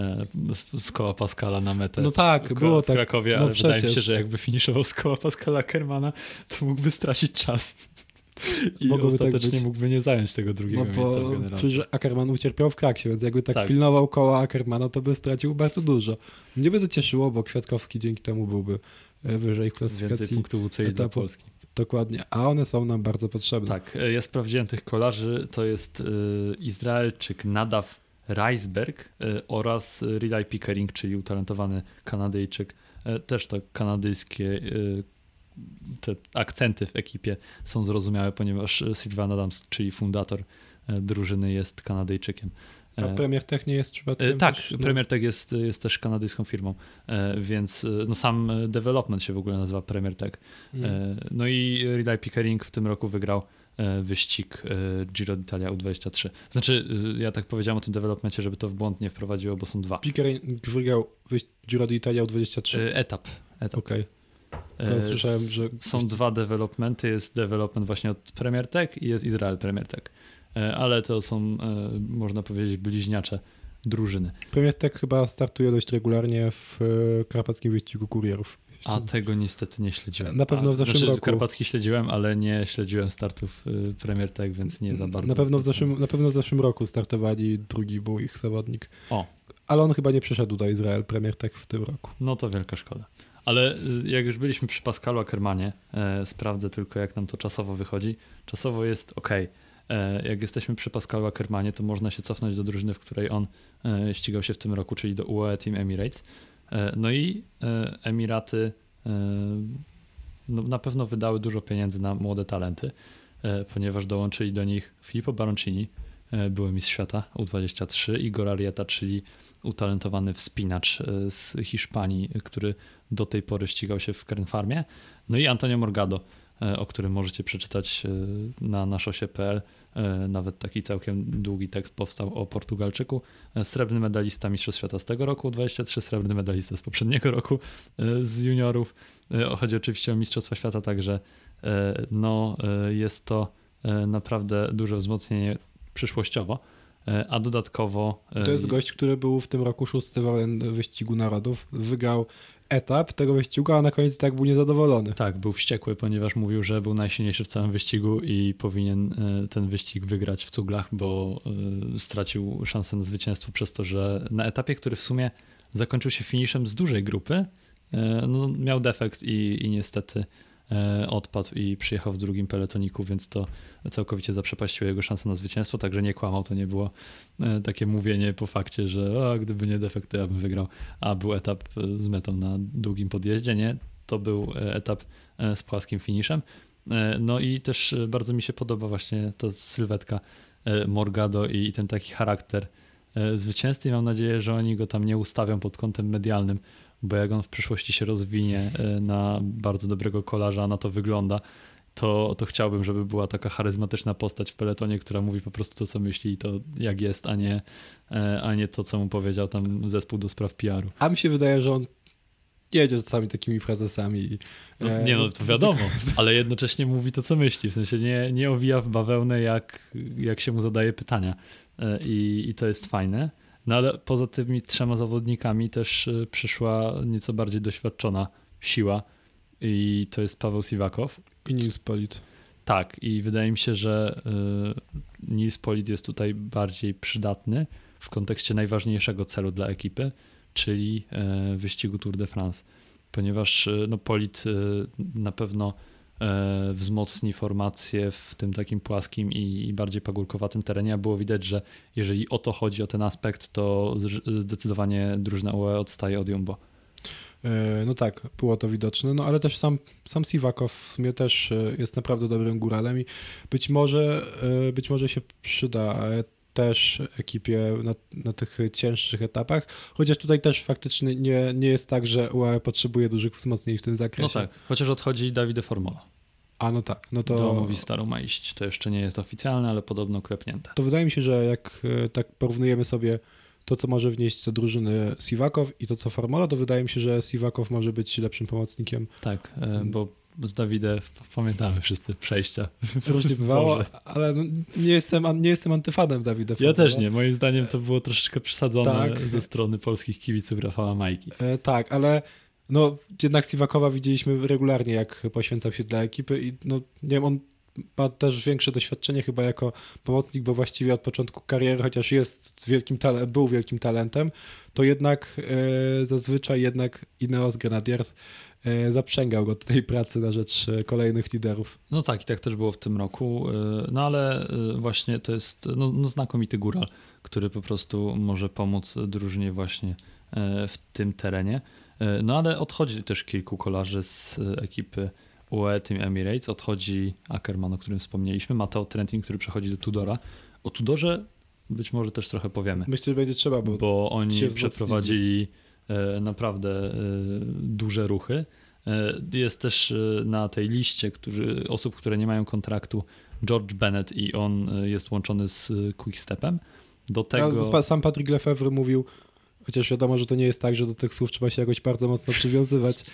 z koła Pascala na metę. No tak, było tak. W Krakowie, No ale wydaje mi się, przecież. że jakby finiszował z koła Pascala Ackermana, to mógłby stracić czas. I Mogłoby tak ostatecznie być. mógłby nie zająć tego drugiego miejsca w bo generacji. przecież Ackerman ucierpiał w kraksie, więc jakby tak Tak. pilnował koła Ackermana, to by stracił bardzo dużo. Mnie by to cieszyło, bo Kwiatkowski dzięki temu byłby wyżej w Więcej klasyfikacji. punktów UCI dla etapu. Polski. Dokładnie, a one są nam bardzo potrzebne. Tak, ja sprawdziłem tych kolarzy, to jest Izraelczyk Nadav Reisberg oraz Riley Pickering, czyli utalentowany Kanadyjczyk. Też to kanadyjskie te akcenty w ekipie są zrozumiałe, ponieważ Sylvain Adams, czyli fundator drużyny, jest Kanadyjczykiem. A Premier Tech nie jest przypadkiem? Tak, też, Premier Tech jest też kanadyjską firmą, więc no sam development się w ogóle nazywa Premier Tech. No i Riley Pickering w tym roku wygrał wyścig Giro d'Italia U23. Znaczy, ja tak powiedziałem o tym developmencie, żeby to w błąd nie wprowadziło, bo są dwa. Pickering wygrał Giro d'Italia U23. Etap. Okej. To słyszałem, że... Są dwa developmenty. Jest development właśnie od Premier Tech i jest Izrael Premier Tech. Ale to są, można powiedzieć, bliźniacze drużyny. Premier Tech chyba startuje dość regularnie w karpackim wyścigu kurierów. A tego niestety nie śledziłem. Na pewno w zeszłym roku. Karpacki śledziłem, ale nie śledziłem startów Premier Tech, więc nie za bardzo. Na pewno w zeszłym roku startowali, drugi był ich zawodnik. O. Ale on chyba nie przeszedł do Izrael Premier Tech w tym roku. No to wielka szkoda. Ale jak już byliśmy przy Pascalu Ackermanie, sprawdzę tylko, jak nam to czasowo wychodzi. Czasowo jest ok. Jak jesteśmy przy Pascalu Ackermanie, to można się cofnąć do drużyny, w której on ścigał się w tym roku, czyli do UAE Team Emirates. No i Emiraty no, na pewno wydały dużo pieniędzy na młode talenty, ponieważ dołączyli do nich Filippo Baroncini, były mistrz świata U23, Igor Arrieta, czyli utalentowany wspinacz z Hiszpanii, który do tej pory ścigał się w Kernfarmie, no i Antonio Morgado, o którym możecie przeczytać na naszosie.pl. Nawet taki całkiem długi tekst powstał o Portugalczyku. Srebrny medalista Mistrzostw Świata z tego roku, 23, srebrny medalista z poprzedniego roku z juniorów. Chodzi oczywiście o Mistrzostwa Świata, także no, jest to naprawdę duże wzmocnienie przyszłościowo, a dodatkowo... To jest gość, który był w tym roku 6. w wyścigu narodów. Wygrał etap tego wyścigu, a na koniec tak był niezadowolony. Tak, był wściekły, ponieważ mówił, że był najsilniejszy w całym wyścigu i powinien ten wyścig wygrać w cuglach, bo stracił szansę na zwycięstwo przez to, że na etapie, który w sumie zakończył się finiszem z dużej grupy, no, miał defekt i niestety odpadł i przyjechał w drugim peletoniku, więc to całkowicie zaprzepaściło jego szansę na zwycięstwo, także nie kłamał, to nie było takie mówienie po fakcie, że gdyby nie defekt, to ja bym wygrał, a był etap z metą na długim podjeździe, nie? To był etap z płaskim finiszem. No i też bardzo mi się podoba właśnie ta sylwetka Morgado i ten taki charakter zwycięzcy i mam nadzieję, że oni go tam nie ustawią pod kątem medialnym, bo jak on w przyszłości się rozwinie na bardzo dobrego kolarza, na to wygląda, to chciałbym, żeby była taka charyzmatyczna postać w peletonie, która mówi po prostu to, co myśli i to jak jest, a nie to, co mu powiedział tam zespół do spraw PR-u. A mi się wydaje, że on jedzie z samymi takimi frazesami. No to wiadomo, ale jednocześnie mówi to, co myśli, w sensie nie owija w bawełnę, jak się mu zadaje pytania i to jest fajne. No ale poza tymi trzema zawodnikami też przyszła nieco bardziej doświadczona siła i to jest Paweł Siwakow. I Nils Politt. Tak, i wydaje mi się, że Nils Politt jest tutaj bardziej przydatny w kontekście najważniejszego celu dla ekipy, czyli wyścigu Tour de France, ponieważ no, Politt na pewno wzmocni formację w tym takim płaskim i bardziej pagórkowatym terenie, a było widać, że jeżeli o to chodzi, o ten aspekt, to zdecydowanie drużyna UE odstaje od Jumbo. No tak, było to widoczne, no ale też sam Sivakow w sumie też jest naprawdę dobrym góralem i być może się przyda też ekipie na tych cięższych etapach, chociaż tutaj też faktycznie nie jest tak, że UAE potrzebuje dużych wzmocnień w tym zakresie. No tak, chociaż odchodzi Davide Formola. A no tak, no to... Do Movistaru ma iść. To jeszcze nie jest oficjalne, ale podobno klepnięte. To wydaje mi się, że jak tak porównujemy sobie to, co może wnieść do drużyny Sivakow i to, co Formola, to wydaje mi się, że Sivakow może być lepszym pomocnikiem. Tak, bo z Davide pamiętamy wszyscy przejścia. Różnie bywało, ale no, nie jestem antyfanem Davida Formola. Ja też nie. Moim zdaniem to było troszeczkę przesadzone tak. ze strony polskich kibiców Rafała Majki. Tak, ale no jednak Sivakowa widzieliśmy regularnie, jak poświęcał się dla ekipy i no nie wiem, on ma też większe doświadczenie chyba jako pomocnik, bo właściwie od początku kariery, chociaż był wielkim talentem, to jednak zazwyczaj Ineos Grenadiers zaprzęgał go do tej pracy na rzecz kolejnych liderów. No tak, i tak też było w tym roku, no ale właśnie to jest znakomity góral, który po prostu może pomóc drużynie właśnie w tym terenie. No ale odchodzi też kilku kolarzy z ekipy UE Team Emirates, odchodzi Ackermann, o którym wspomnieliśmy, Matteo Trentin, który przechodzi do Tudora. O Tudorze być może też trochę powiemy. Myślę, że będzie trzeba, bo oni przeprowadzili naprawdę duże ruchy. Jest też na tej liście osób, które nie mają kontraktu, George Bennett i on jest łączony z Quickstepem. Do tego... Sam Patrick Lefevre mówił, chociaż wiadomo, że to nie jest tak, że do tych słów trzeba się jakoś bardzo mocno przywiązywać,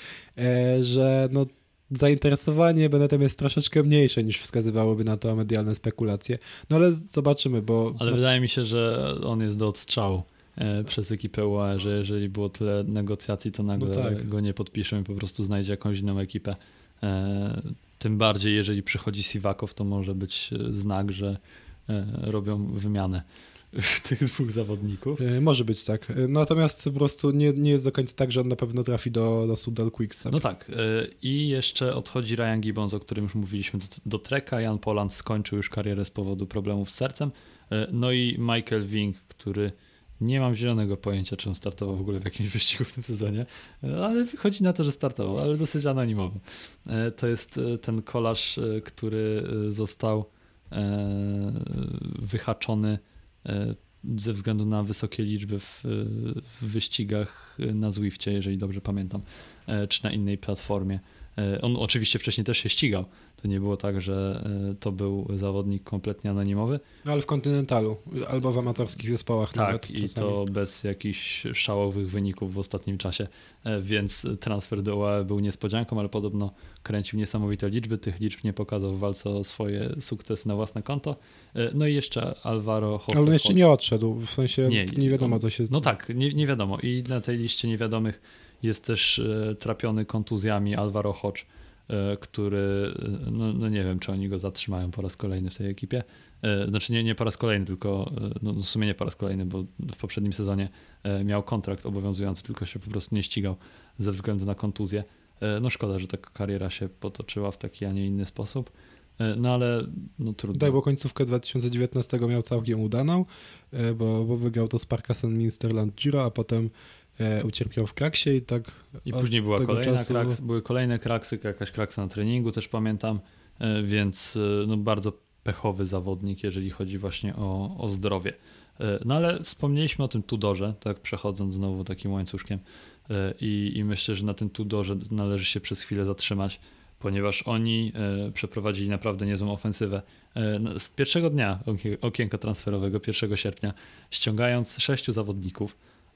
że no zainteresowanie Bennettem jest troszeczkę mniejsze niż wskazywałoby na to medialne spekulacje. No ale zobaczymy, bo... Ale wydaje mi się, że on jest do odstrzału przez ekipę UAE, że jeżeli było tyle negocjacji, to nagle go nie podpiszą i po prostu znajdzie jakąś inną ekipę. Tym bardziej, jeżeli przychodzi Sivakow, to może być znak, że robią wymianę tych dwóch zawodników. Może być tak. Natomiast po prostu nie jest do końca tak, że on na pewno trafi do Soudal Quickstep. No tak. I jeszcze odchodzi Ryan Gibbons, o którym już mówiliśmy, do Treka. Jan Poland skończył już karierę z powodu problemów z sercem. No i Michael Wing, który nie mam zielonego pojęcia, czy on startował w ogóle w jakimś wyścigu w tym sezonie, ale wychodzi na to, że startował, ale dosyć anonimowo. To jest ten kolarz, który został wyhaczony ze względu na wysokie liczby w wyścigach na Zwifcie, jeżeli dobrze pamiętam, czy na innej platformie. On oczywiście wcześniej też się ścigał. To nie było tak, że to był zawodnik kompletnie anonimowy. Ale w kontynentalu albo w amatorskich zespołach nawet. Tak, i to bez jakichś szałowych wyników w ostatnim czasie, więc transfer do UAE był niespodzianką, ale podobno kręcił niesamowite liczby. Tych liczb nie pokazał w walce o swoje sukcesy na własne konto. No i jeszcze Alvaro José. Ale on jeszcze nie odszedł, w sensie nie wiadomo, co się... No tak, nie wiadomo. I na tej liście niewiadomych jest też trapiony kontuzjami Alvaro Hodge, który, no nie wiem, czy oni go zatrzymają po raz kolejny w tej ekipie. Znaczy nie po raz kolejny, tylko w sumie nie po raz kolejny, bo w poprzednim sezonie miał kontrakt obowiązujący, tylko się po prostu nie ścigał ze względu na kontuzję. No szkoda, że ta kariera się potoczyła w taki, a nie inny sposób. No ale no trudno. Tak, bo końcówkę 2019 miał całkiem udaną, bo wygrał to z Parkasen Minsterland Giro, a potem ucierpiał w kraksie i tak. I później były kolejne kraksy, jakaś kraksa na treningu też pamiętam, więc no bardzo pechowy zawodnik, jeżeli chodzi właśnie o zdrowie. No ale wspomnieliśmy o tym Tudorze, tak przechodząc znowu takim łańcuszkiem i myślę, że na tym Tudorze należy się przez chwilę zatrzymać, ponieważ oni przeprowadzili naprawdę niezłą ofensywę. W pierwszego dnia okienka transferowego, 1 sierpnia, ściągając 6 zawodników,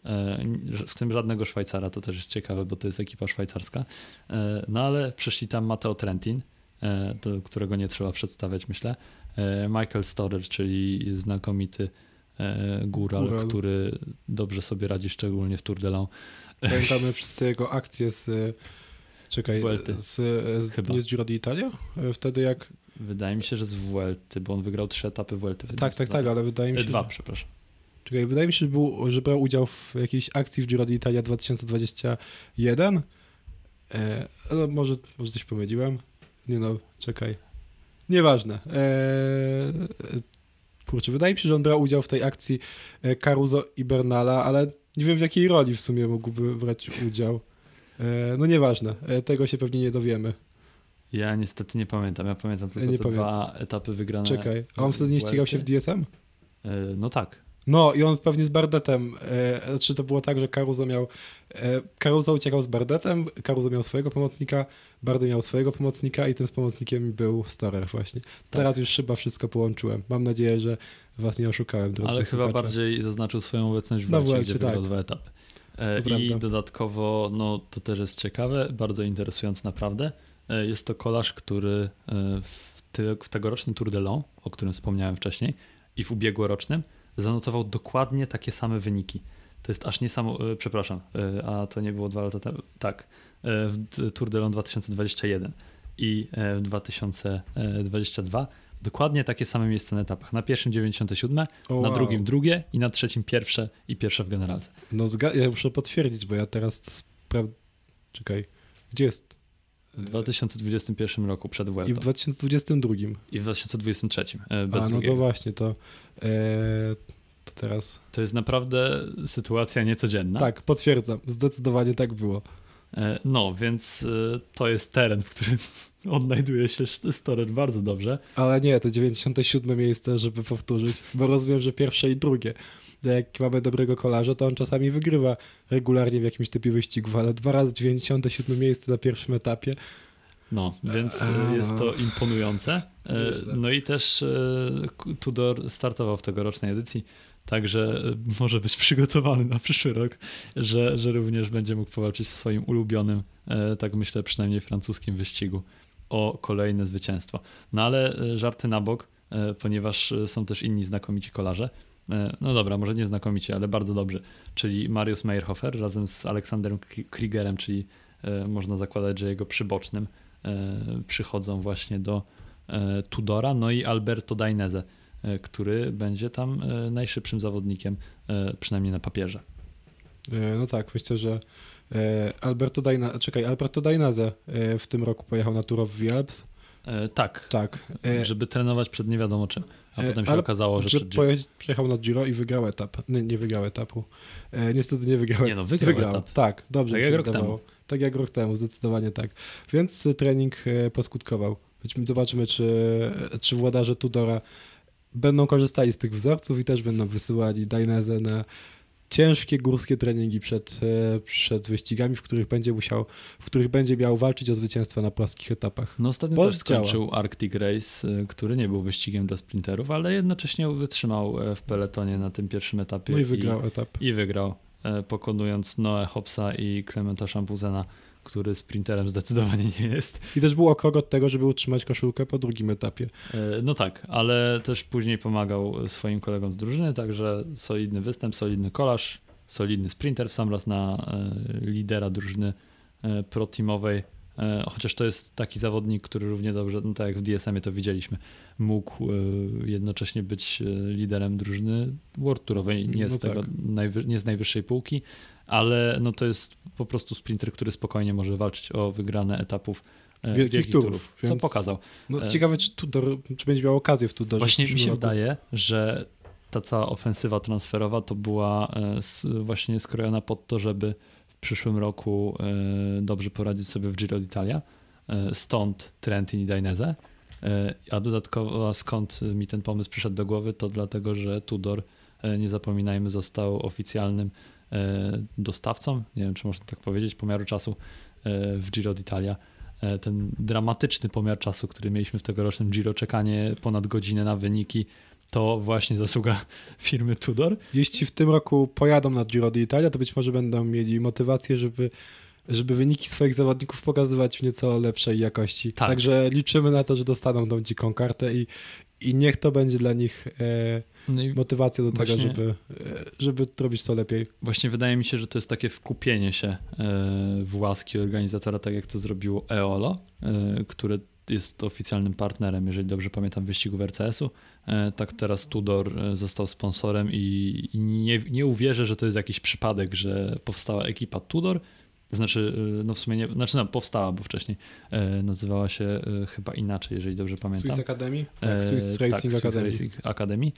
w tym żadnego Szwajcara, to też jest ciekawe, bo to jest ekipa szwajcarska, no ale przyszli tam Matteo Trentin, do którego nie trzeba przedstawiać, myślę, Michael Storer, czyli znakomity góral, który dobrze sobie radzi, szczególnie w Tour de l'Ain. Pamiętamy wszyscy jego akcje z Vuelty. Nie z Giro d'Italia? Wtedy jak... Wydaje mi się, że z Vuelty, bo on wygrał 3 etapy Vuelty. Tak, ale wydaje mi się... 2, przepraszam. Czekaj, wydaje mi się, że brał udział w jakiejś akcji w Giro d'Italia 2021. No, może coś pomyliłem. Nie no, czekaj. Nieważne. Kurczę, wydaje mi się, że on brał udział w tej akcji Caruso i Bernala, ale nie wiem w jakiej roli w sumie mógłby brać udział. No nieważne, tego się pewnie nie dowiemy. Ja niestety nie pamiętam. Ja pamiętam tylko dwa etapy wygrane. Czekaj, a on wtedy nie ścigał się w DSM? No tak. No i on pewnie z Bardettem, czy to było tak, że Caruso uciekał z Bardettem, Caruso miał swojego pomocnika, Bardet miał swojego pomocnika i tym pomocnikiem był Storer właśnie. Tak. Teraz już chyba wszystko połączyłem. Mam nadzieję, że was nie oszukałem, drodzy Ale słuchacze. chyba bardziej zaznaczył swoją obecność w Vuelcie, gdzie wygrał dwa etapy. I dodatkowo, no to też jest ciekawe, bardzo interesujące naprawdę. Jest to kolarz, który w tegorocznym Tour de l'Ain, o którym wspomniałem wcześniej, i w ubiegłorocznym zanotował dokładnie takie same wyniki. To jest aż niesamowite, przepraszam, a to nie było 2 lata temu, tak, w Tour de l'Ain 2021 i w 2022 dokładnie takie same miejsca na etapach. Na pierwszym 97, na drugim drugie i na trzecim pierwsze i pierwsze w generalce. No ja muszę potwierdzić, bo ja teraz Czekaj, gdzie jest? W 2021 roku przed Vueltą. I w 2022. I w 2023. Bez drugiego. To właśnie, to teraz... To jest naprawdę sytuacja niecodzienna. Tak, potwierdzam. Zdecydowanie tak było. No, więc to jest teren, w którym odnajduje się Storer bardzo dobrze. Ale nie, to 97 miejsce, żeby powtórzyć, bo rozumiem, że pierwsze i drugie. Jak mamy dobrego kolarza, to on czasami wygrywa regularnie w jakimś typie wyścigów, ale 2 razy 97 miejsce na pierwszym etapie. No, więc jest to imponujące. No i też Tudor startował w tegorocznej edycji, także może być przygotowany na przyszły rok, że również będzie mógł powalczyć w swoim ulubionym, tak myślę, przynajmniej francuskim wyścigu o kolejne zwycięstwo. No ale żarty na bok, ponieważ są też inni znakomici kolarze. No dobra, może nie znakomici, ale bardzo dobrzy, czyli Marius Meyerhofer razem z Aleksanderem Kriegerem, czyli można zakładać, że jego przybocznym, przychodzą właśnie do Tudora, no i Alberto Dainese, który będzie tam najszybszym zawodnikiem, przynajmniej na papierze. No tak, myślę, że Alberto Dainese w tym roku pojechał na Tour of the Alps. Tak. Żeby trenować przed nie wiadomo czym. A potem się okazało, że przyjechał na Giro i wygrał etap. Nie wygrał etapu. Niestety nie wygrał. Nie no, wygrał etap. Tak, dobrze. Tak jak rok temu. Tak jak rok temu, zdecydowanie tak. Więc trening poskutkował. Zobaczymy, czy włodarze Tudora będą korzystali z tych wzorców i też będą wysyłali Dainese na ciężkie górskie treningi przed wyścigami, w których będzie miał walczyć o zwycięstwa na płaskich etapach. No ostatnio też skończył Arctic Race, który nie był wyścigiem dla sprinterów, ale jednocześnie wytrzymał w peletonie na tym pierwszym etapie. No i wygrał etap. I wygrał, pokonując Noe Hopsa i Clementa Champuzena, który sprinterem zdecydowanie nie jest. I też był o krok od tego, żeby utrzymać koszulkę po drugim etapie. No tak, ale też później pomagał swoim kolegom z drużyny, także solidny występ, solidny kolarz, solidny sprinter, w sam raz na lidera drużyny pro-teamowej, chociaż to jest taki zawodnik, który równie dobrze, no tak jak w DSM-ie to widzieliśmy, mógł jednocześnie być liderem drużyny World Tourowej, nie z najwyższej półki, ale no to jest po prostu sprinter, który spokojnie może walczyć o wygrane etapów wielkich turów, co pokazał. No, ciekawe, czy będzie miał okazję w Tudorze. Właśnie mi się wydaje, że ta cała ofensywa transferowa to była właśnie skrojona pod to, żeby w przyszłym roku dobrze poradzić sobie w Giro d'Italia. Stąd Trentin i Dainese. A dodatkowo skąd mi ten pomysł przyszedł do głowy, to dlatego, że Tudor, nie zapominajmy, został oficjalnym dostawcą, nie wiem, czy można tak powiedzieć, pomiaru czasu w Giro d'Italia. Ten dramatyczny pomiar czasu, który mieliśmy w tegorocznym Giro, czekanie ponad godzinę na wyniki, to właśnie zasługa firmy Tudor. Jeśli w tym roku pojadą na Giro d'Italia, to być może będą mieli motywację, żeby wyniki swoich zawodników pokazywać w nieco lepszej jakości. Tak. Także liczymy na to, że dostaną tą dziką kartę i niech to będzie dla nich motywacją do tego, żeby robić to lepiej. Właśnie wydaje mi się, że to jest takie wkupienie się w łaski organizatora, tak jak to zrobiło Eolo, które jest oficjalnym partnerem, jeżeli dobrze pamiętam, wyścigów RCS-u. Tak teraz Tudor został sponsorem i nie uwierzę, że to jest jakiś przypadek, że powstała ekipa Tudor Znaczy, no w sumie nie, znaczy no, powstała, bo wcześniej nazywała się chyba inaczej, jeżeli dobrze pamiętam. Swiss Academy? Tak, Swiss Racing Academy. Racing Academy.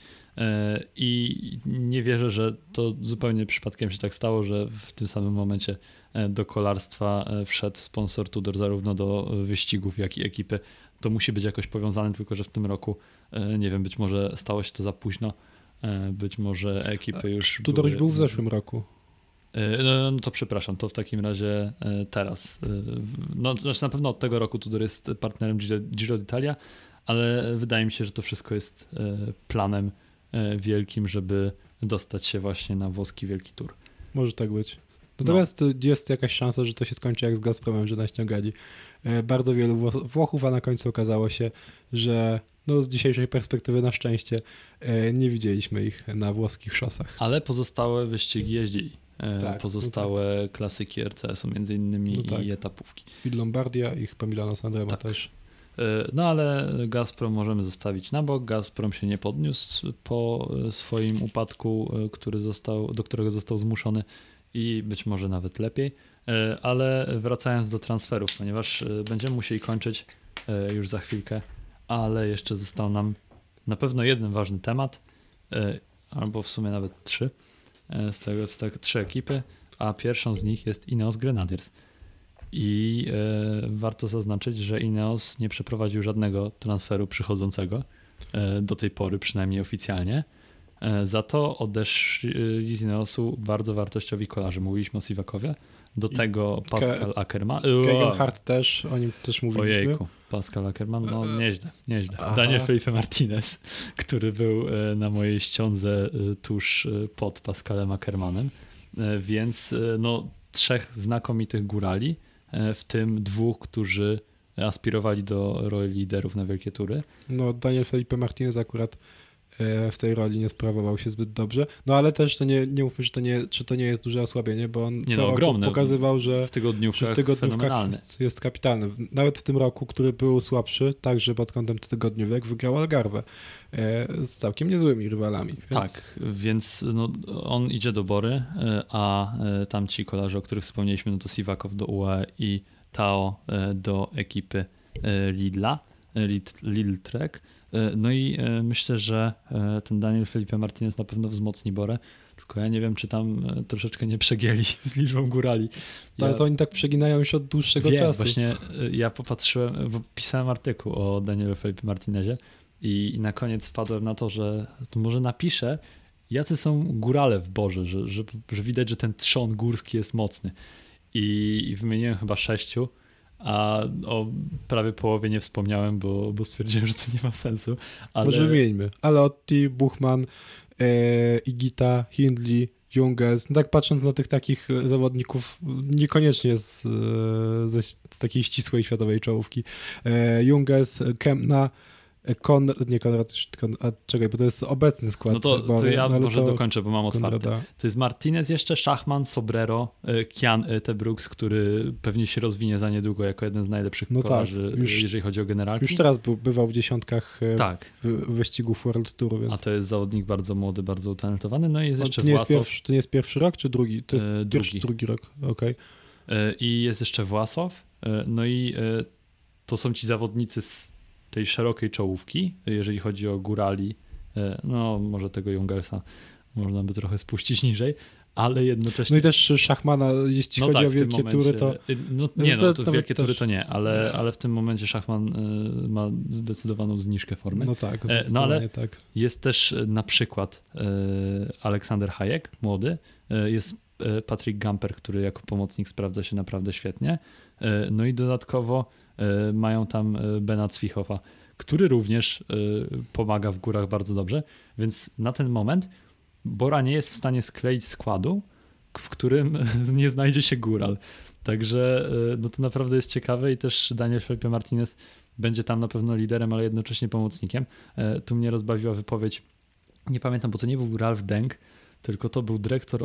I nie wierzę, że to zupełnie przypadkiem się tak stało, że w tym samym momencie do kolarstwa wszedł sponsor Tudor zarówno do wyścigów, jak i ekipy. To musi być jakoś powiązane, tylko że w tym roku, nie wiem, być może stało się to za późno, być może ekipy już Tudor już był w zeszłym roku. No to przepraszam, to w takim razie teraz. No, znaczy na pewno od tego roku Tudor jest partnerem Giro d'Italia, ale wydaje mi się, że to wszystko jest planem wielkim, żeby dostać się właśnie na włoski Wielki Tour. Może tak być. Natomiast jest jakaś szansa, że to się skończy jak z Gazpromem, że naściągali bardzo wielu Włochów, a na końcu okazało się, że no z dzisiejszej perspektywy na szczęście nie widzieliśmy ich na włoskich szosach. Ale pozostałe wyścigi jeździli. Tak, pozostałe klasyki RCS-u między innymi i etapówki. I Lombardia i chyba Milano Sanremo też. No ale Gazprom możemy zostawić na bok. Gazprom się nie podniósł po swoim upadku, do którego został zmuszony i być może nawet lepiej. Ale wracając do transferów, ponieważ będziemy musieli kończyć już za chwilkę, ale jeszcze został nam na pewno jeden ważny temat, albo w sumie nawet trzy. Z tego 3 ekipy, a pierwszą z nich jest Ineos Grenadiers. I warto zaznaczyć, że Ineos nie przeprowadził żadnego transferu przychodzącego do tej pory, przynajmniej oficjalnie. Za to odeszli z Ineosu bardzo wartościowi kolarze. Mówiliśmy o Sivakowie, do tego Pascal Ackermann. Gegenhardt też, o nim też mówiliśmy. Ojejku, Pascal Ackermann, no nieźle. Daniel Felipe Martinez, który był na mojej ściądze tuż pod Pascalem Ackermannem, więc no 3 znakomitych górali, w tym 2, którzy aspirowali do roli liderów na wielkie tury. No Daniel Felipe Martinez akurat w tej roli nie sprawował się zbyt dobrze, no ale też to nie mówmy, że to nie jest duże osłabienie, bo on ogromne. Pokazywał, że w tygodniówkach jest kapitalny. Nawet w tym roku, który był słabszy, także pod kątem tygodniówek, wygrał Algarve z całkiem niezłymi rywalami. Więc... Tak, więc no, on idzie do Bory, a tamci kolarze, o których wspomnieliśmy, no to Sivakow do UAE i Tao do ekipy Lidl Trek. No i myślę, że ten Daniel Felipe Martinez na pewno wzmocni Borę, tylko ja nie wiem, czy tam troszeczkę nie przegięli z liczbą górali. Ale to oni tak przeginają już od dłuższego czasu. Właśnie ja popatrzyłem, bo pisałem artykuł o Danielu Felipe Martinezie i na koniec wpadłem na to, że to może napiszę, jacy są górale w Borze, że widać, że ten trzon górski jest mocny. I wymieniłem chyba 6, a o prawie połowie nie wspomniałem, bo stwierdziłem, że to nie ma sensu. Ale... Może wymieńmy. Aleotti, Buchmann, Igita, Hindley, Junges. No tak patrząc na tych takich zawodników, niekoniecznie z takiej ścisłej światowej czołówki. Junges, Kemna, czekaj, bo to jest obecny skład. No to ja może dokończę, bo mam otwarte. Konrada. To jest Martinez jeszcze, Schachmann, Sobrero, Kian Tebrooks, który pewnie się rozwinie za niedługo jako jeden z najlepszych kolarzy, jeżeli chodzi o generalki. Już teraz bywał w dziesiątkach wyścigów World Tour. Więc... A to jest zawodnik bardzo młody, bardzo utalentowany. No i jest jeszcze Własow. To nie jest pierwszy rok, czy drugi? To jest drugi rok, okej. I jest jeszcze Własow. No i to są ci zawodnicy z tej szerokiej czołówki, jeżeli chodzi o górali, no może tego Jungelsa można by trochę spuścić niżej, ale jednocześnie... No i też Schachmana, jeśli chodzi o wielkie tury, to... Wielkie tury to nie, ale w tym momencie Schachman ma zdecydowaną zniżkę formy. No tak, ale tak. Jest też na przykład Aleksander Hayek, młody, jest Patrick Gamper, który jako pomocnik sprawdza się naprawdę świetnie, no i dodatkowo mają tam Bena Zwichowa, który również pomaga w górach bardzo dobrze, więc na ten moment Bora nie jest w stanie skleić składu, w którym nie znajdzie się góral. Także no to naprawdę jest ciekawe i też Daniel Felipe Martinez będzie tam na pewno liderem, ale jednocześnie pomocnikiem. Tu mnie rozbawiła wypowiedź, nie pamiętam, bo to nie był Ralf Denk, tylko to był dyrektor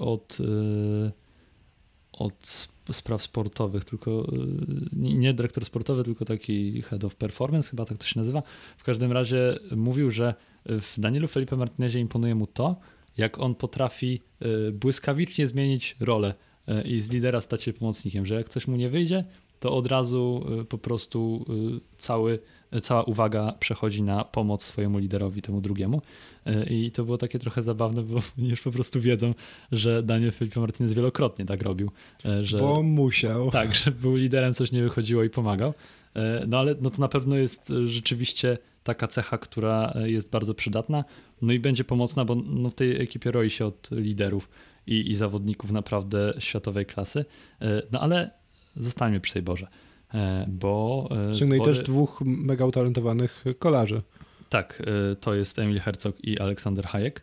od spraw sportowych, tylko nie dyrektor sportowy, tylko taki head of performance, chyba tak to się nazywa. W każdym razie mówił, że w Danielu Felipe Martinezie imponuje mu to, jak on potrafi błyskawicznie zmienić rolę i z lidera stać się pomocnikiem, że jak coś mu nie wyjdzie, to od razu po prostu cała uwaga przechodzi na pomoc swojemu liderowi, temu drugiemu. I to było takie trochę zabawne, bo już po prostu wiedzą, że Daniel Felipe Martinez wielokrotnie tak robił. Bo musiał. Tak, że był liderem, coś nie wychodziło i pomagał. No ale no to na pewno jest rzeczywiście taka cecha, która jest bardzo przydatna, no i będzie pomocna, bo no w tej ekipie roi się od liderów i zawodników naprawdę światowej klasy. No ale zostańmy przy tej Borze, bo... Ciągnęli też 2 mega utalentowanych kolarzy. Tak, to jest Emil Herzog i Aleksander Hayek.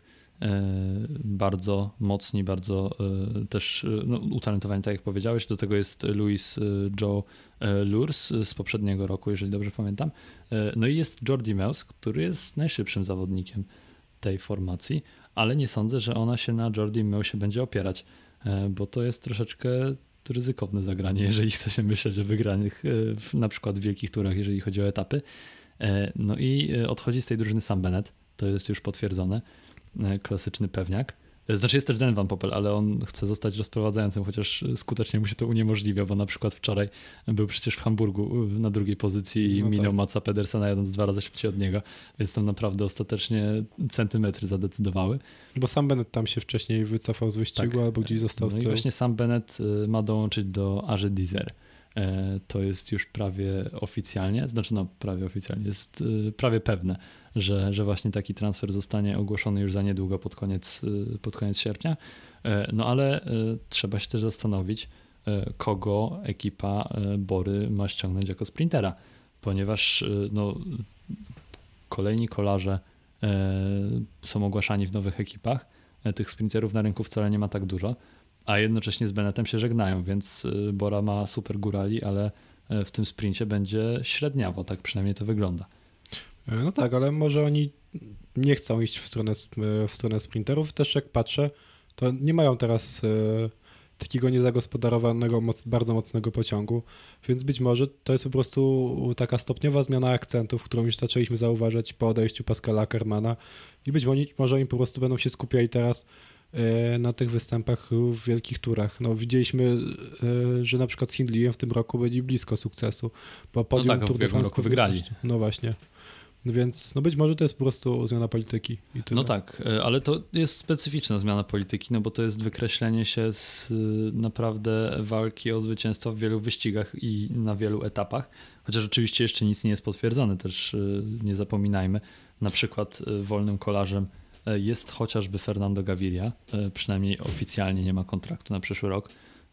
Bardzo mocni, bardzo też utalentowani, tak jak powiedziałeś. Do tego jest Louis Joe Lurs z poprzedniego roku, jeżeli dobrze pamiętam. No i jest Jordi Meus, który jest najszybszym zawodnikiem tej formacji, ale nie sądzę, że ona się na Jordi Meusie będzie opierać, bo to jest troszeczkę ryzykowne zagranie, jeżeli chce się myśleć o wygranych na przykład w wielkich turach, jeżeli chodzi o etapy. No i odchodzi z tej drużyny Sam Bennett, to jest już potwierdzone, klasyczny pewniak. Znaczy jest też Dan Van Poppel, ale on chce zostać rozprowadzającym, chociaż skutecznie mu się to uniemożliwia, bo na przykład wczoraj był przecież w Hamburgu na drugiej pozycji i minął Matsa Pedersena jadąc 2 razy szybciej od niego, więc tam naprawdę ostatecznie centymetry zadecydowały. Bo Sam Bennett tam się wcześniej wycofał z wyścigu, tak, albo gdzieś został z tyłu. No i właśnie Sam Bennett ma dołączyć do Age Dizer. To jest już prawie oficjalnie, znaczy no prawie oficjalnie, jest prawie pewne, że właśnie taki transfer zostanie ogłoszony już za niedługo pod koniec sierpnia. No ale trzeba się też zastanowić, kogo ekipa Bory ma ściągnąć jako sprintera, ponieważ no, kolejni kolarze są ogłaszani w nowych ekipach, tych sprinterów na rynku wcale nie ma tak dużo, a jednocześnie z Bennettem się żegnają, więc Bora ma super górali, ale w tym sprincie będzie średniawo, tak przynajmniej to wygląda. No tak, ale może oni nie chcą iść w stronę sprinterów. Też jak patrzę, to nie mają teraz takiego niezagospodarowanego, bardzo mocnego pociągu, więc być może to jest po prostu taka stopniowa zmiana akcentów, którą już zaczęliśmy zauważać po odejściu Pascala Ackermana i być może oni po prostu będą się skupiali teraz na tych występach w wielkich turach. No, widzieliśmy, że na przykład z Hindleyem w tym roku byli blisko sukcesu. Po podium no tak, Tour de France roku wygrali. No właśnie. Więc no być może to jest po prostu zmiana polityki. I tyle. No tak, ale to jest specyficzna zmiana polityki, no bo to jest wykreślenie się z naprawdę walki o zwycięstwo w wielu wyścigach i na wielu etapach, chociaż oczywiście jeszcze nic nie jest potwierdzone, też nie zapominajmy. Na przykład wolnym kolarzem jest chociażby Fernando Gaviria, przynajmniej oficjalnie nie ma kontraktu na przyszły rok,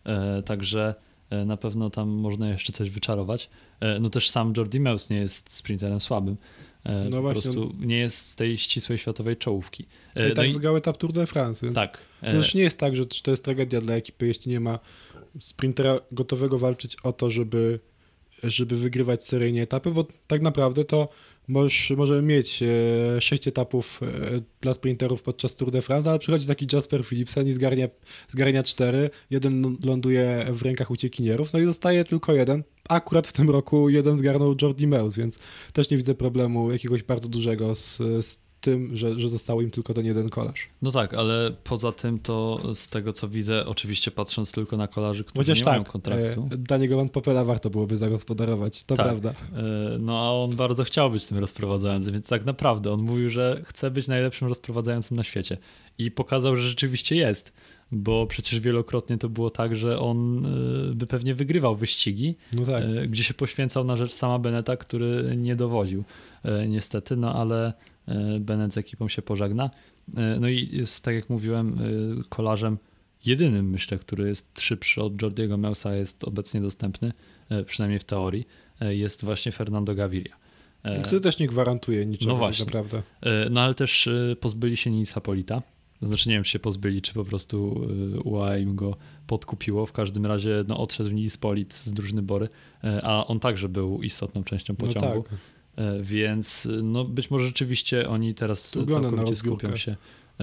także na pewno tam można jeszcze coś wyczarować. No też sam Jordi Meus nie jest sprinterem słabym, no po właśnie. prostu nie jest z tej ścisłej światowej czołówki. I tak wygrał etap Tour de France, więc tak. To też nie jest tak, że to jest tragedia dla ekipy, jeśli nie ma sprintera gotowego walczyć o to, żeby wygrywać seryjnie etapy, bo tak naprawdę to możemy mieć 6 etapów dla sprinterów podczas Tour de France, ale przychodzi taki Jasper Philipsen i zgarnia 4, jeden ląduje w rękach uciekinierów, no i zostaje tylko jeden. Akurat w tym roku jeden zgarnął Jordi Meus, więc też nie widzę problemu jakiegoś bardzo dużego z tym, że został im tylko ten jeden kolarz. No tak, ale poza tym to z tego co widzę, oczywiście patrząc tylko na kolarzy, którzy nie mają kontraktu. Daniego Van Poppela warto byłoby zagospodarować, to tak, prawda. No a on bardzo chciał być tym rozprowadzającym, więc tak naprawdę on mówił, że chce być najlepszym rozprowadzającym na świecie i pokazał, że rzeczywiście jest, bo przecież wielokrotnie to było tak, że on by pewnie wygrywał wyścigi, no tak, gdzie się poświęcał na rzecz sama Bennetta, który nie dowoził niestety, no ale Bennett z ekipą się pożegna. No i jest, tak jak mówiłem, kolarzem jedynym, myślę, który jest szybszy od Jordiego Meusa, jest obecnie dostępny, przynajmniej w teorii, jest właśnie Fernando Gaviria. Który też nie gwarantuje niczego, no właśnie. Tak naprawdę. No ale też pozbyli się Nilsa Polita. Znaczy nie wiem, czy się pozbyli, czy po prostu UAE im go podkupiło. W każdym razie no, odszedł Nils Polit z drużyny Bory, a on także był istotną częścią pociągu. No tak. Więc no, być może rzeczywiście oni teraz całkowicie skupią się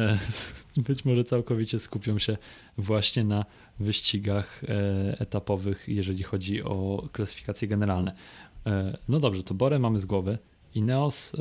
właśnie na wyścigach etapowych, jeżeli chodzi o klasyfikacje generalne. No dobrze, to Borę mamy z głowy. Ineos.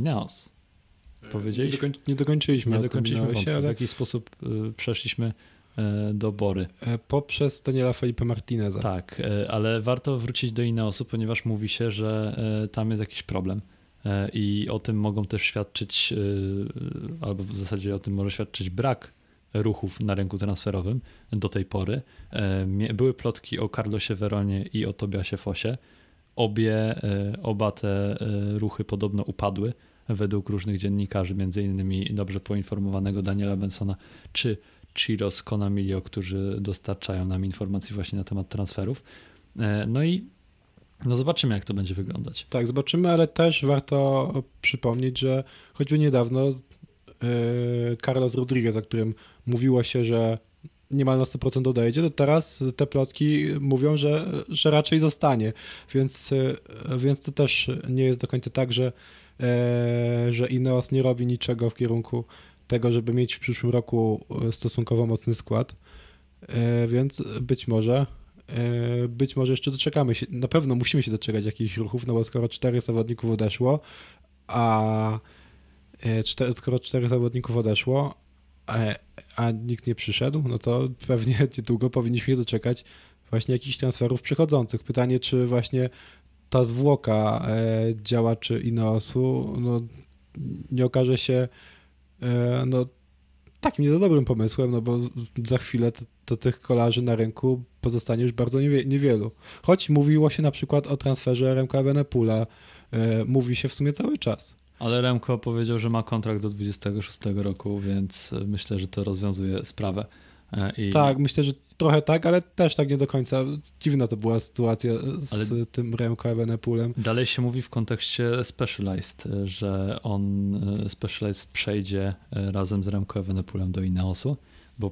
Powiedzieliśmy? Nie dokończyliśmy wątku. W jakiś sposób przeszliśmy do Bory. Poprzez Daniela Felipe Martineza. Tak, ale warto wrócić do Ineosu, ponieważ mówi się, że tam jest jakiś problem i o tym mogą też świadczyć, albo w zasadzie o tym może świadczyć brak ruchów na rynku transferowym do tej pory. Były plotki o Carlosie Veronie i o Tobiasie Fossie. Oba te ruchy podobno upadły według różnych dziennikarzy, między innymi dobrze poinformowanego Daniela Bensona czy Ciro Sconamiglio, którzy dostarczają nam informacji właśnie na temat transferów. No i zobaczymy, jak to będzie wyglądać. Tak, zobaczymy, ale też warto przypomnieć, że choćby niedawno Carlos Rodriguez, o którym mówiło się, że niemal na 100% odejdzie, to teraz te plotki mówią, że raczej zostanie, więc to też nie jest do końca tak, że Ineos nie robi niczego w kierunku tego, żeby mieć w przyszłym roku stosunkowo mocny skład, więc być może jeszcze doczekamy się, na pewno musimy się doczekać jakichś ruchów, no bo skoro 4 zawodników odeszło, a nikt nie przyszedł, no to pewnie niedługo powinniśmy się doczekać właśnie jakichś transferów przychodzących. Pytanie, czy właśnie ta zwłoka działaczy Ineosu nie okaże się takim nie za dobrym pomysłem, no bo za chwilę to tych kolarzy na rynku pozostanie już bardzo niewielu. Choć mówiło się na przykład o transferze Remca Evenepoela, mówi się w sumie cały czas. Ale Remco powiedział, że ma kontrakt do 26 roku, więc myślę, że to rozwiązuje sprawę. Tak, myślę, że trochę tak, ale też tak nie do końca. Dziwna to była sytuacja z tym Remco Evenepoelem. Dalej się mówi w kontekście Specialized, że Specialized przejdzie razem z Remco Evenepoelem do Ineosu, bo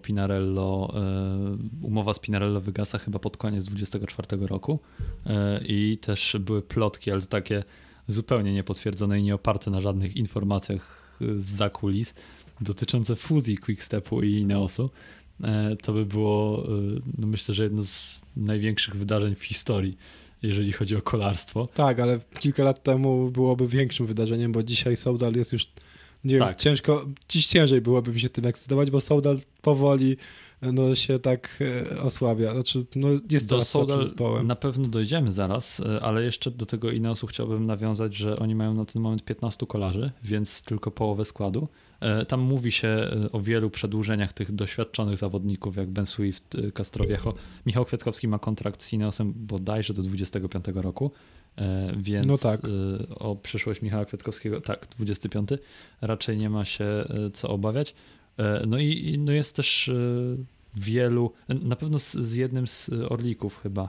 umowa z Pinarello wygasa chyba pod koniec 24 roku i też były plotki, ale takie zupełnie niepotwierdzone i nie oparte na żadnych informacjach zza kulis dotyczące fuzji Quickstepu i Ineosu. To by było, myślę, że jedno z największych wydarzeń w historii, jeżeli chodzi o kolarstwo. Tak, ale kilka lat temu byłoby większym wydarzeniem, bo dzisiaj Soudal jest już, nie wiem, dziś ciężej byłoby mi się tym ekscytować, bo Soudal powoli się tak osłabia. Znaczy, jest coraz słabszym zespołem. Na pewno dojdziemy zaraz, ale jeszcze do tego Ineosu chciałbym nawiązać, że oni mają na ten moment 15 kolarzy, więc tylko połowę składu. Tam mówi się o wielu przedłużeniach tych doświadczonych zawodników, jak Ben Swift, Castroviejo. Michał Kwiatkowski ma kontrakt z Ineosem bodajże do 25 roku, więc o przyszłość Michała Kwiatkowskiego, 25, raczej nie ma się co obawiać. No jest też wielu, na pewno z jednym z Orlików chyba,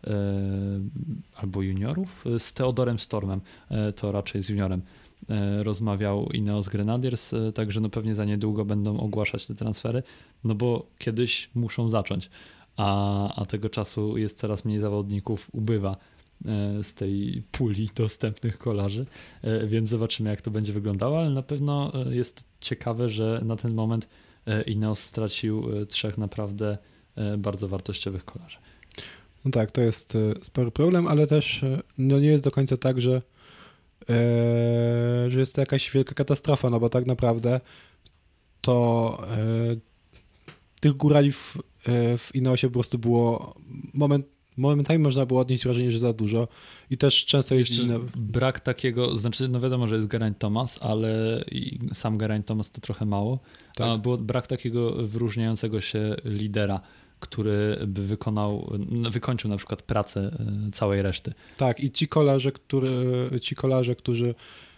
albo juniorów, z Theodorem Stormem, to raczej z juniorem rozmawiał Ineos Grenadiers, także pewnie za niedługo będą ogłaszać te transfery, bo kiedyś muszą zacząć, a tego czasu jest coraz mniej zawodników, ubywa z tej puli dostępnych kolarzy, więc zobaczymy, jak to będzie wyglądało, ale na pewno jest ciekawe, że na ten moment Ineos stracił 3 naprawdę bardzo wartościowych kolarzy. No tak, to jest spory problem, ale też nie jest do końca tak, że jest to jakaś wielka katastrofa, bo tak naprawdę to tych górali w Ineosie po prostu było momentami można było odnieść wrażenie, że za dużo i też często jeździli brak takiego, znaczy wiadomo, że jest Geraint Thomas, ale i sam Geraint Thomas to trochę mało, tak. A było brak takiego wyróżniającego się lidera, który by wykończył na przykład pracę całej reszty. Tak, i ci kolarze, którzy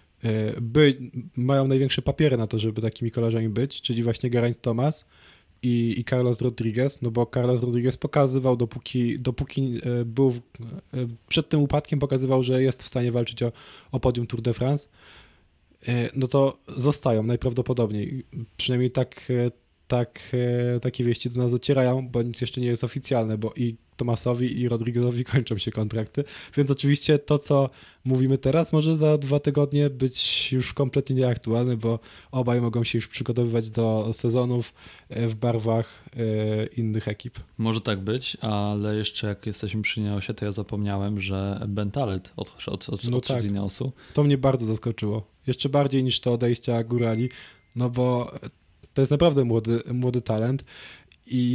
mają największe papiery na to, żeby takimi kolarzami być, czyli właśnie Geraint Thomas i Carlos Rodriguez, bo Carlos Rodriguez pokazywał, dopóki był przed tym upadkiem, pokazywał, że jest w stanie walczyć o podium Tour de France, to zostają najprawdopodobniej. Przynajmniej takie wieści do nas docierają, bo nic jeszcze nie jest oficjalne, bo i Thomasowi i Rodriguezowi kończą się kontrakty, więc oczywiście to, co mówimy teraz, może za 2 tygodnie być już kompletnie nieaktualne, bo obaj mogą się już przygotowywać do sezonów w barwach innych ekip. Może tak być, ale jeszcze jak jesteśmy przy Ineosie, to ja zapomniałem, że Ben Talet odszedł z Ineosu. To mnie bardzo zaskoczyło. Jeszcze bardziej niż to odejścia górali, bo to jest naprawdę młody talent I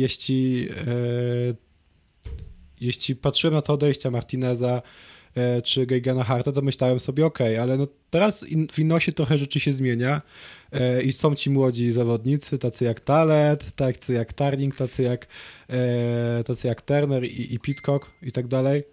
jeśli patrzyłem na to odejścia Martineza czy Geoghegan Harta, to myślałem sobie, ale no teraz w Inosie trochę rzeczy się zmienia i są ci młodzi zawodnicy, tacy jak Talent, tacy jak Tarling, tacy jak Turner i Pitcock i tak dalej.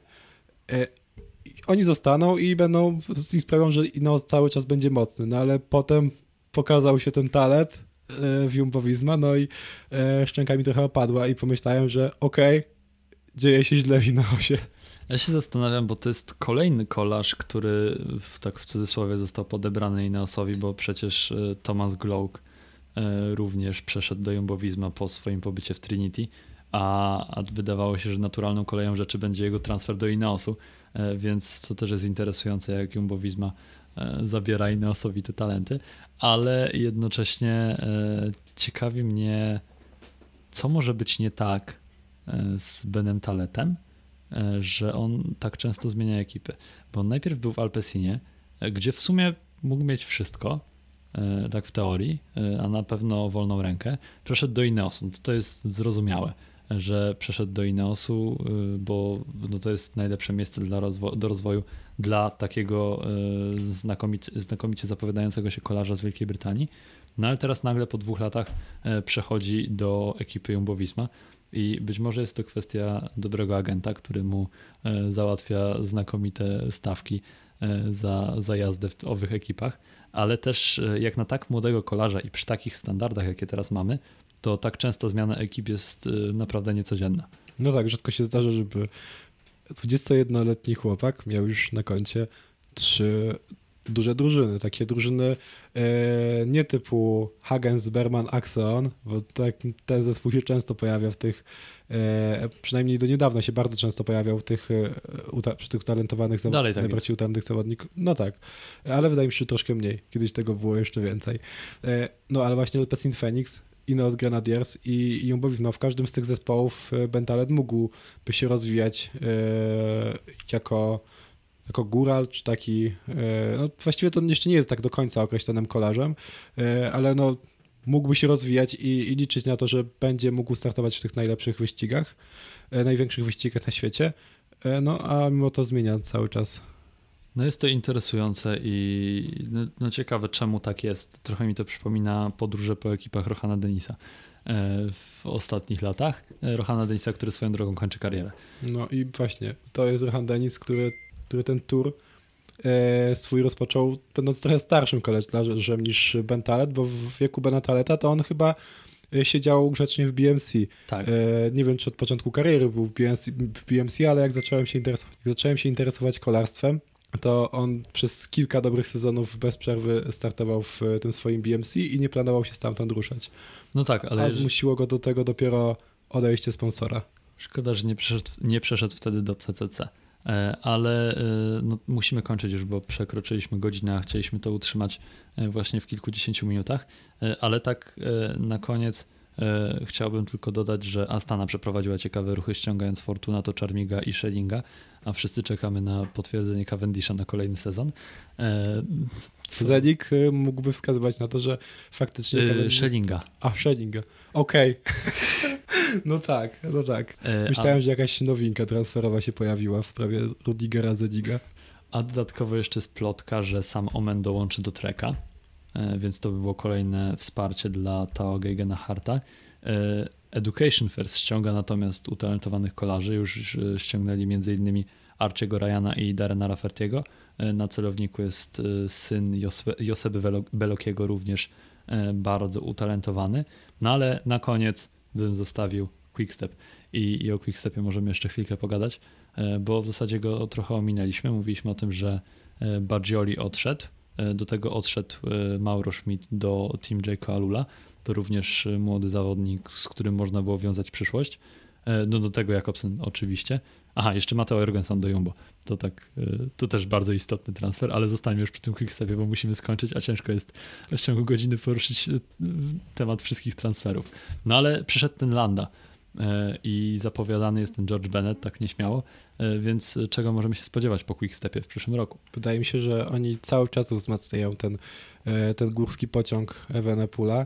Oni zostaną i sprawią, że Ineos cały czas będzie mocny, no ale potem pokazał się ten talent w Jumbo-Visma, no i szczęka mi trochę opadła i pomyślałem, że dzieje się źle w Ineosie. Ja się zastanawiam, bo to jest kolejny kolarz, który tak w cudzysłowie został podebrany Ineosowi, bo przecież Thomas Glock również przeszedł do Jumbo-Visma po swoim pobycie w Trinity, a wydawało się, że naturalną koleją rzeczy będzie jego transfer do Ineosu, więc to też jest interesujące, jak Jumbo-Visma zabiera Ineosowi te talenty, ale jednocześnie ciekawi mnie, co może być nie tak z Benem Taletem, że on tak często zmienia ekipy, bo on najpierw był w Alpecinie, gdzie w sumie mógł mieć wszystko, tak w teorii, a na pewno wolną rękę, przeszedł do Ineosu. To jest zrozumiałe, że przeszedł do Ineosu, bo no to jest najlepsze miejsce do rozwoju dla takiego znakomicie zapowiadającego się kolarza z Wielkiej Brytanii. No ale teraz nagle po 2 latach przechodzi do ekipy Jumbo-Visma i być może jest to kwestia dobrego agenta, który mu załatwia znakomite stawki za jazdę w owych ekipach, ale też jak na tak młodego kolarza i przy takich standardach, jakie teraz mamy, to tak często zmiana ekip jest naprawdę niecodzienna. No tak, rzadko się zdarza, żeby 21-letni chłopak miał już na koncie 3 duże drużyny, takie drużyny nie typu Hagens, Berman, Axeon, bo tak, ten zespół się często pojawia w tych, przynajmniej do niedawna się bardzo często pojawiał w tych, przy tych utalentowanych, najbardziej utalentowanych zawodników. No tak, ale wydaje mi się, że troszkę mniej. Kiedyś tego było jeszcze więcej. No ale właśnie Alpecin Phoenix, Ineos Grenadiers i Jumbo-Visma, w każdym z tych zespołów Ben Talet mógłby się rozwijać jako góral, czy taki, no właściwie to jeszcze nie jest tak do końca określonym kolarzem, ale no mógłby się rozwijać i liczyć na to, że będzie mógł startować w tych najlepszych wyścigach, największych wyścigach na świecie, no a mimo to zmienia cały czas. No jest to interesujące i no ciekawe, czemu tak jest. Trochę mi to przypomina podróże po ekipach Rohana Denisa w ostatnich latach. Rohana Denisa, który swoją drogą kończy karierę. No i właśnie, to jest Rohan Dennis, który ten tour swój rozpoczął będąc trochę starszym kolarzem niż Ben Talet, bo w wieku Bena Taleta to on chyba siedział grzecznie w BMC. Tak. Nie wiem, czy od początku kariery był w BMC, ale jak zacząłem się interesować kolarstwem, to on przez kilka dobrych sezonów bez przerwy startował w tym swoim BMC i nie planował się stamtąd ruszać. No tak, ale... A zmusiło go do tego dopiero odejście sponsora. Szkoda, że nie przeszedł wtedy do CCC. Ale no, musimy kończyć już, bo przekroczyliśmy godzinę, a chcieliśmy to utrzymać właśnie w kilkudziesięciu minutach, ale tak na koniec chciałbym tylko dodać, że Astana przeprowadziła ciekawe ruchy, ściągając Fortunato, Charmiga i Schellinga, a wszyscy czekamy na potwierdzenie Cavendisha na kolejny sezon. Zenik mógłby wskazywać na to, że faktycznie Schellinga. Schellinga. Okej. No tak. Myślałem, że jakaś nowinka transferowa się pojawiła w sprawie Rudigera Zediga. A dodatkowo jeszcze jest plotka, że sam Omen dołączy do Treka, więc to by było kolejne wsparcie dla Tao Geoghegan Harta. Education First ściąga natomiast utalentowanych kolarzy. Już ściągnęli m.in. Archiego Ryana i Darrena Raffertiego. Na celowniku jest syn Joseby Belokiego, również bardzo utalentowany. No ale na koniec bym zostawił Quickstep i o Quickstepie możemy jeszcze chwilkę pogadać, bo w zasadzie go trochę ominęliśmy. Mówiliśmy o tym, że Baggioli odszedł, do tego odszedł Mauro Schmid do Team Jayco Alula. To również młody zawodnik, z którym można było wiązać przyszłość. Do tego Jakobsen oczywiście. Aha, jeszcze Matteo Jorgensen do Jumbo. To też bardzo istotny transfer, ale zostańmy już przy tym Quickstepie, bo musimy skończyć, a ciężko jest w ciągu godziny poruszyć temat wszystkich transferów. No ale przyszedł ten Landa i zapowiadany jest ten George Bennett, tak nieśmiało, więc czego możemy się spodziewać po Quickstepie w przyszłym roku? Wydaje mi się, że oni cały czas wzmacniają ten górski pociąg Evenepoela.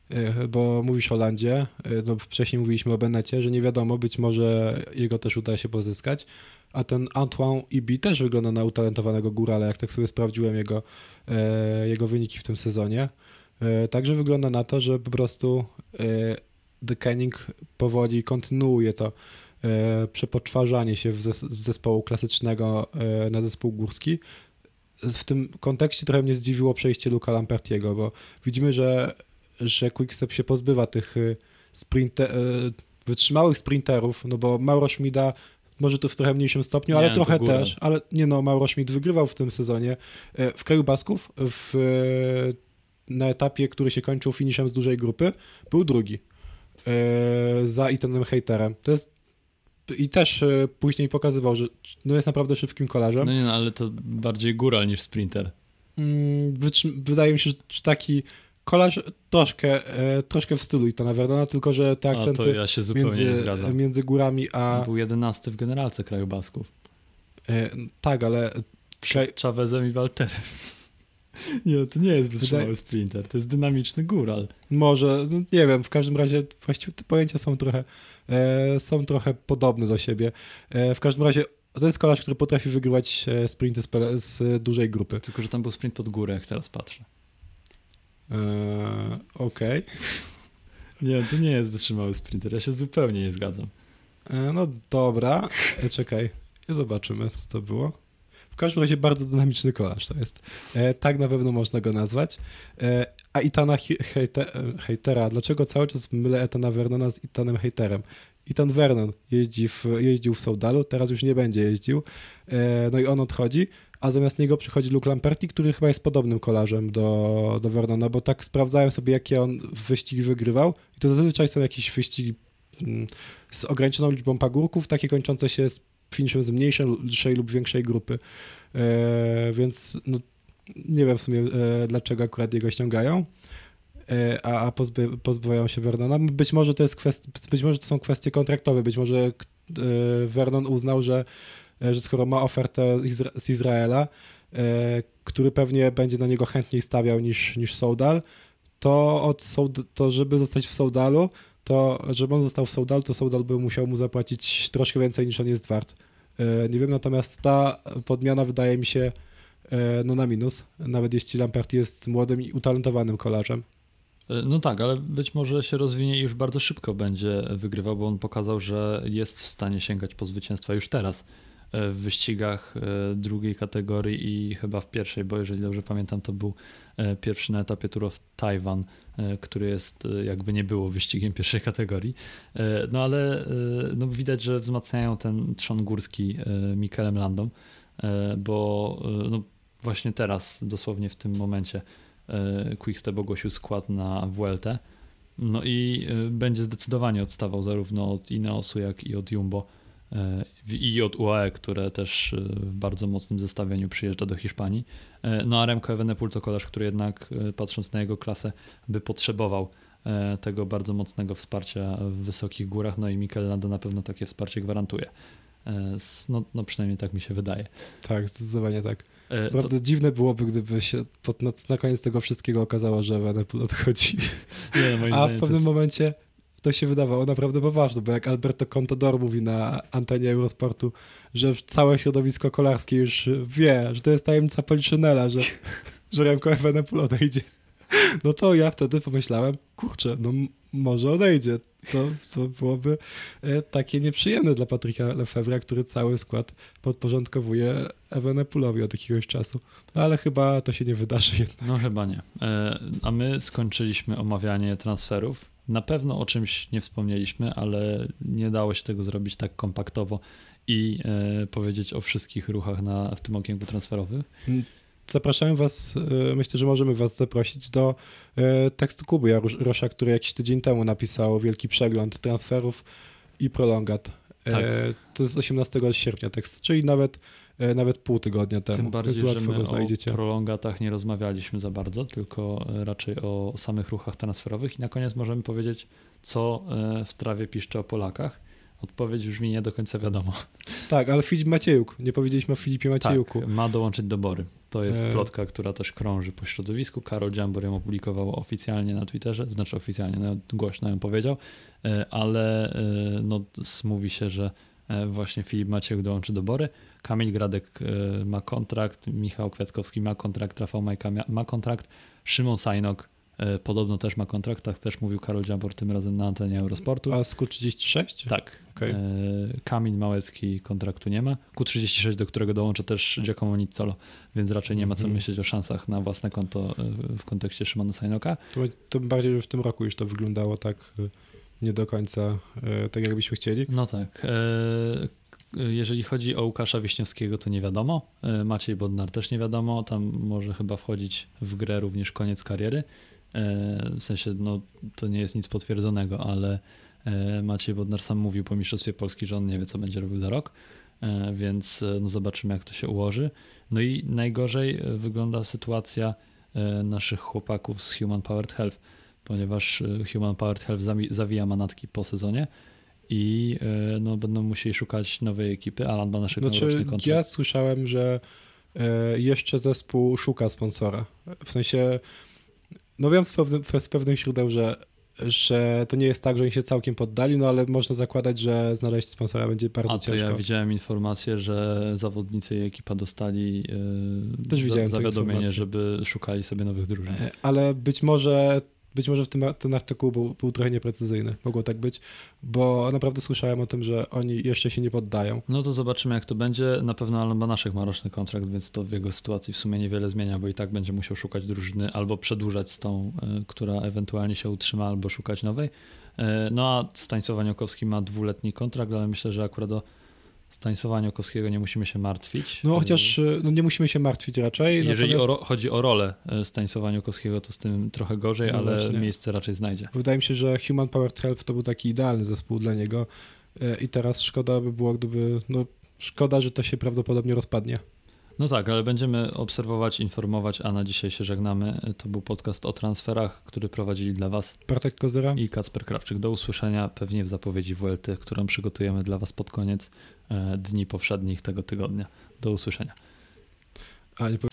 bo mówisz o Landzie, no wcześniej mówiliśmy o Bennecie, że nie wiadomo, być może jego też uda się pozyskać, a ten Antoine Ibi też wygląda na utalentowanego górala, jak tak sobie sprawdziłem jego wyniki w tym sezonie. Także wygląda na to, że po prostu The Canning powoli kontynuuje to przepoczwarzanie się z zespołu klasycznego na zespół górski. W tym kontekście trochę mnie zdziwiło przejście Luca Lampertiego, bo widzimy, że Quickstep się pozbywa tych wytrzymałych sprinterów, no bo Mauro Schmida może to w trochę mniejszym stopniu, ale trochę też, ale nie no, Mauro Schmid wygrywał w tym sezonie w kraju Basków na etapie, który się kończył finiszem z dużej grupy, był drugi za Ethanem Hayterem. To jest i też później pokazywał, że no jest naprawdę szybkim kolarzem. No nie, no, ale to bardziej góral niż sprinter. Wydaje mi się, że taki kolarz troszkę w stylu Ethana Verdona, tylko że te akcenty to ja się zupełnie nie zgadzam. Między górami a... Był 11 w generalce kraju Basków. Tak, ale... Przed Chavezem i Walterem. Nie, to nie jest wytrzymały sprinter, to jest dynamiczny góral. Może, no nie wiem, w każdym razie właściwie te pojęcia są trochę podobne do siebie. W każdym razie to jest kolarz, który potrafi wygrywać sprinty z dużej grupy. Tylko, że tam był sprint pod górę, jak teraz patrzę. Okej. Nie, to nie jest wytrzymały sprinter, ja się zupełnie nie zgadzam. No dobra, czekaj, zobaczymy, co to było. W każdym razie bardzo dynamiczny kolarz to jest. Tak na pewno można go nazwać. A Ethana Haytera, dlaczego cały czas mylę Ethana Vernona z Ethanem Hayterem? Ethan Vernon jeździł w Soudalu, teraz już nie będzie jeździł. No i on odchodzi, a zamiast niego przychodzi Luke Lamperti, który chyba jest podobnym kolarzem do Vernona, bo tak sprawdzałem sobie, jakie on wyścigi wygrywał i to zazwyczaj są jakieś wyścigi z ograniczoną liczbą pagórków, takie kończące się z finiszem z mniejszej lub większej grupy. Więc no, nie wiem w sumie, dlaczego akurat jego ściągają, a pozbywają się Vernona. Być może to są kwestie kontraktowe, być może Vernon uznał, że skoro ma ofertę z Izraela, który pewnie będzie na niego chętniej stawiał niż Soudal, to żeby zostać w Soudalu, to żeby on został w Soudalu, to Soudal by musiał mu zapłacić troszkę więcej niż on jest wart. Nie wiem, natomiast ta podmiana wydaje mi się no na minus, nawet jeśli Lamperti jest młodym i utalentowanym kolarzem. No tak, ale być może się rozwinie i już bardzo szybko będzie wygrywał, bo on pokazał, że jest w stanie sięgać po zwycięstwa już teraz w wyścigach drugiej kategorii i chyba w pierwszej, bo jeżeli dobrze pamiętam, to był pierwszy na etapie Tour of Taiwan, który jest jakby nie było wyścigiem pierwszej kategorii. No ale no widać, że wzmacniają ten trzon górski Mikelem Landą, bo no właśnie teraz, dosłownie w tym momencie Quickstep ogłosił skład na Vueltę, no i będzie zdecydowanie odstawał zarówno od Ineosu, jak i od Jumbo i od UAE, które też w bardzo mocnym zestawieniu przyjeżdża do Hiszpanii. No a Remco Evenepoel to kolarz, który jednak patrząc na jego klasę by potrzebował tego bardzo mocnego wsparcia w wysokich górach, no i Mikel Landa na pewno takie wsparcie gwarantuje. No przynajmniej tak mi się wydaje. Tak, zdecydowanie tak. Naprawdę dziwne byłoby, gdyby się na koniec tego wszystkiego okazało, że Evenepoel odchodzi. Nie, a w pewnym momencie to się wydawało naprawdę poważne, bo jak Alberto Contador mówi na antenie Eurosportu, że całe środowisko kolarskie już wie, że to jest tajemnica Poliszynela, że Remco Evenepoel odejdzie. No to ja wtedy pomyślałem, kurczę, no może odejdzie. To byłoby takie nieprzyjemne dla Patryka Lefevre'a, który cały skład podporządkowuje Evenepoelowi od jakiegoś czasu. No ale chyba to się nie wydarzy jednak. No chyba nie. A my skończyliśmy omawianie transferów. Na pewno o czymś nie wspomnieliśmy, ale nie dało się tego zrobić tak kompaktowo i powiedzieć o wszystkich ruchach w tym okienku transferowym. Zapraszamy was, myślę, że możemy was zaprosić do tekstu Kuby Jarosza, który jakiś tydzień temu napisał wielki przegląd transferów i prolongat. Tak. To jest 18 sierpnia tekst, czyli nawet pół tygodnia temu. Tym bardziej, łatwo że my go znajdziecie. o prolongatach nie rozmawialiśmy za bardzo, tylko raczej o samych ruchach transferowych i na koniec możemy powiedzieć, co w trawie piszczy o Polakach. Odpowiedź brzmi nie do końca wiadomo. Tak, ale Filip Maciejuk, nie powiedzieliśmy o Filipie Maciejuku. Tak, ma dołączyć do Bory. To jest plotka, która też krąży po środowisku. Karol Dziambor ją opublikował oficjalnie na Twitterze, znaczy oficjalnie, no, głośno ją powiedział, ale no, mówi się, że właśnie Filip Maciejuk dołączy do Bory. Kamil Gradek ma kontrakt, Michał Kwiatkowski ma kontrakt, Rafał Majka ma kontrakt, Szymon Sajnok podobno też ma kontrakt, tak też mówił Karol Dziambor tym razem na antenie Eurosportu. A z Q36? Tak. Okay. Kamil Małecki kontraktu nie ma. Q36, do którego dołącza też Giacomo Nizzolo, więc raczej nie ma co myśleć o szansach na własne konto w kontekście Szymona Sajnoka. To bardziej, że w tym roku już to wyglądało tak nie do końca tak, jakbyśmy chcieli. No tak. Jeżeli chodzi o Łukasza Wiśniewskiego, to nie wiadomo. Maciej Bodnar też nie wiadomo. Tam może chyba wchodzić w grę również koniec kariery. W sensie, no to nie jest nic potwierdzonego, ale Maciej Bodnar sam mówił po Mistrzostwie Polski, że on nie wie, co będzie robił za rok, więc no zobaczymy, jak to się ułoży. No i najgorzej wygląda sytuacja naszych chłopaków z Human Powered Health, ponieważ Human Powered Health zawija manatki po sezonie i no, będą musieli szukać nowej ekipy. Alan Banaszek ma roczny kontrakt. Ja słyszałem, że jeszcze zespół szuka sponsora. W sensie, no wiem z pewnych źródeł, że to nie jest tak, że oni się całkiem poddali, no ale można zakładać, że znaleźć sponsora będzie bardzo ciężko. Ja widziałem informację, że zawodnicy i ekipa dostali zawiadomienie, żeby szukali sobie nowych drużyn. Ale być może ten artykuł był trochę nieprecyzyjny. Mogło tak być, bo naprawdę słyszałem o tym, że oni jeszcze się nie poddają. No to zobaczymy, jak to będzie. Na pewno Alan Banaszek ma roczny kontrakt, więc to w jego sytuacji w sumie niewiele zmienia, bo i tak będzie musiał szukać drużyny albo przedłużać z tą, która ewentualnie się utrzyma, albo szukać nowej. No a Stanisław Aniokowski ma 2-letni kontrakt, ale myślę, że akurat do Stanisława Aniokowskiego nie musimy się martwić. No chociaż nie musimy się martwić raczej. Jeżeli chodzi o rolę Stanisława Aniokowskiego, to z tym trochę gorzej, ale właśnie. Miejsce raczej znajdzie. Wydaje mi się, że Human Powered Health to był taki idealny zespół dla niego i teraz szkoda by było, szkoda, że to się prawdopodobnie rozpadnie. No tak, ale będziemy obserwować, informować, a na dzisiaj się żegnamy. To był podcast o transferach, który prowadzili dla Was Bartek Kozyra i Kacper Krawczyk. Do usłyszenia pewnie w zapowiedzi WLT, którą przygotujemy dla Was pod koniec dni powszednich tego tygodnia. Do usłyszenia.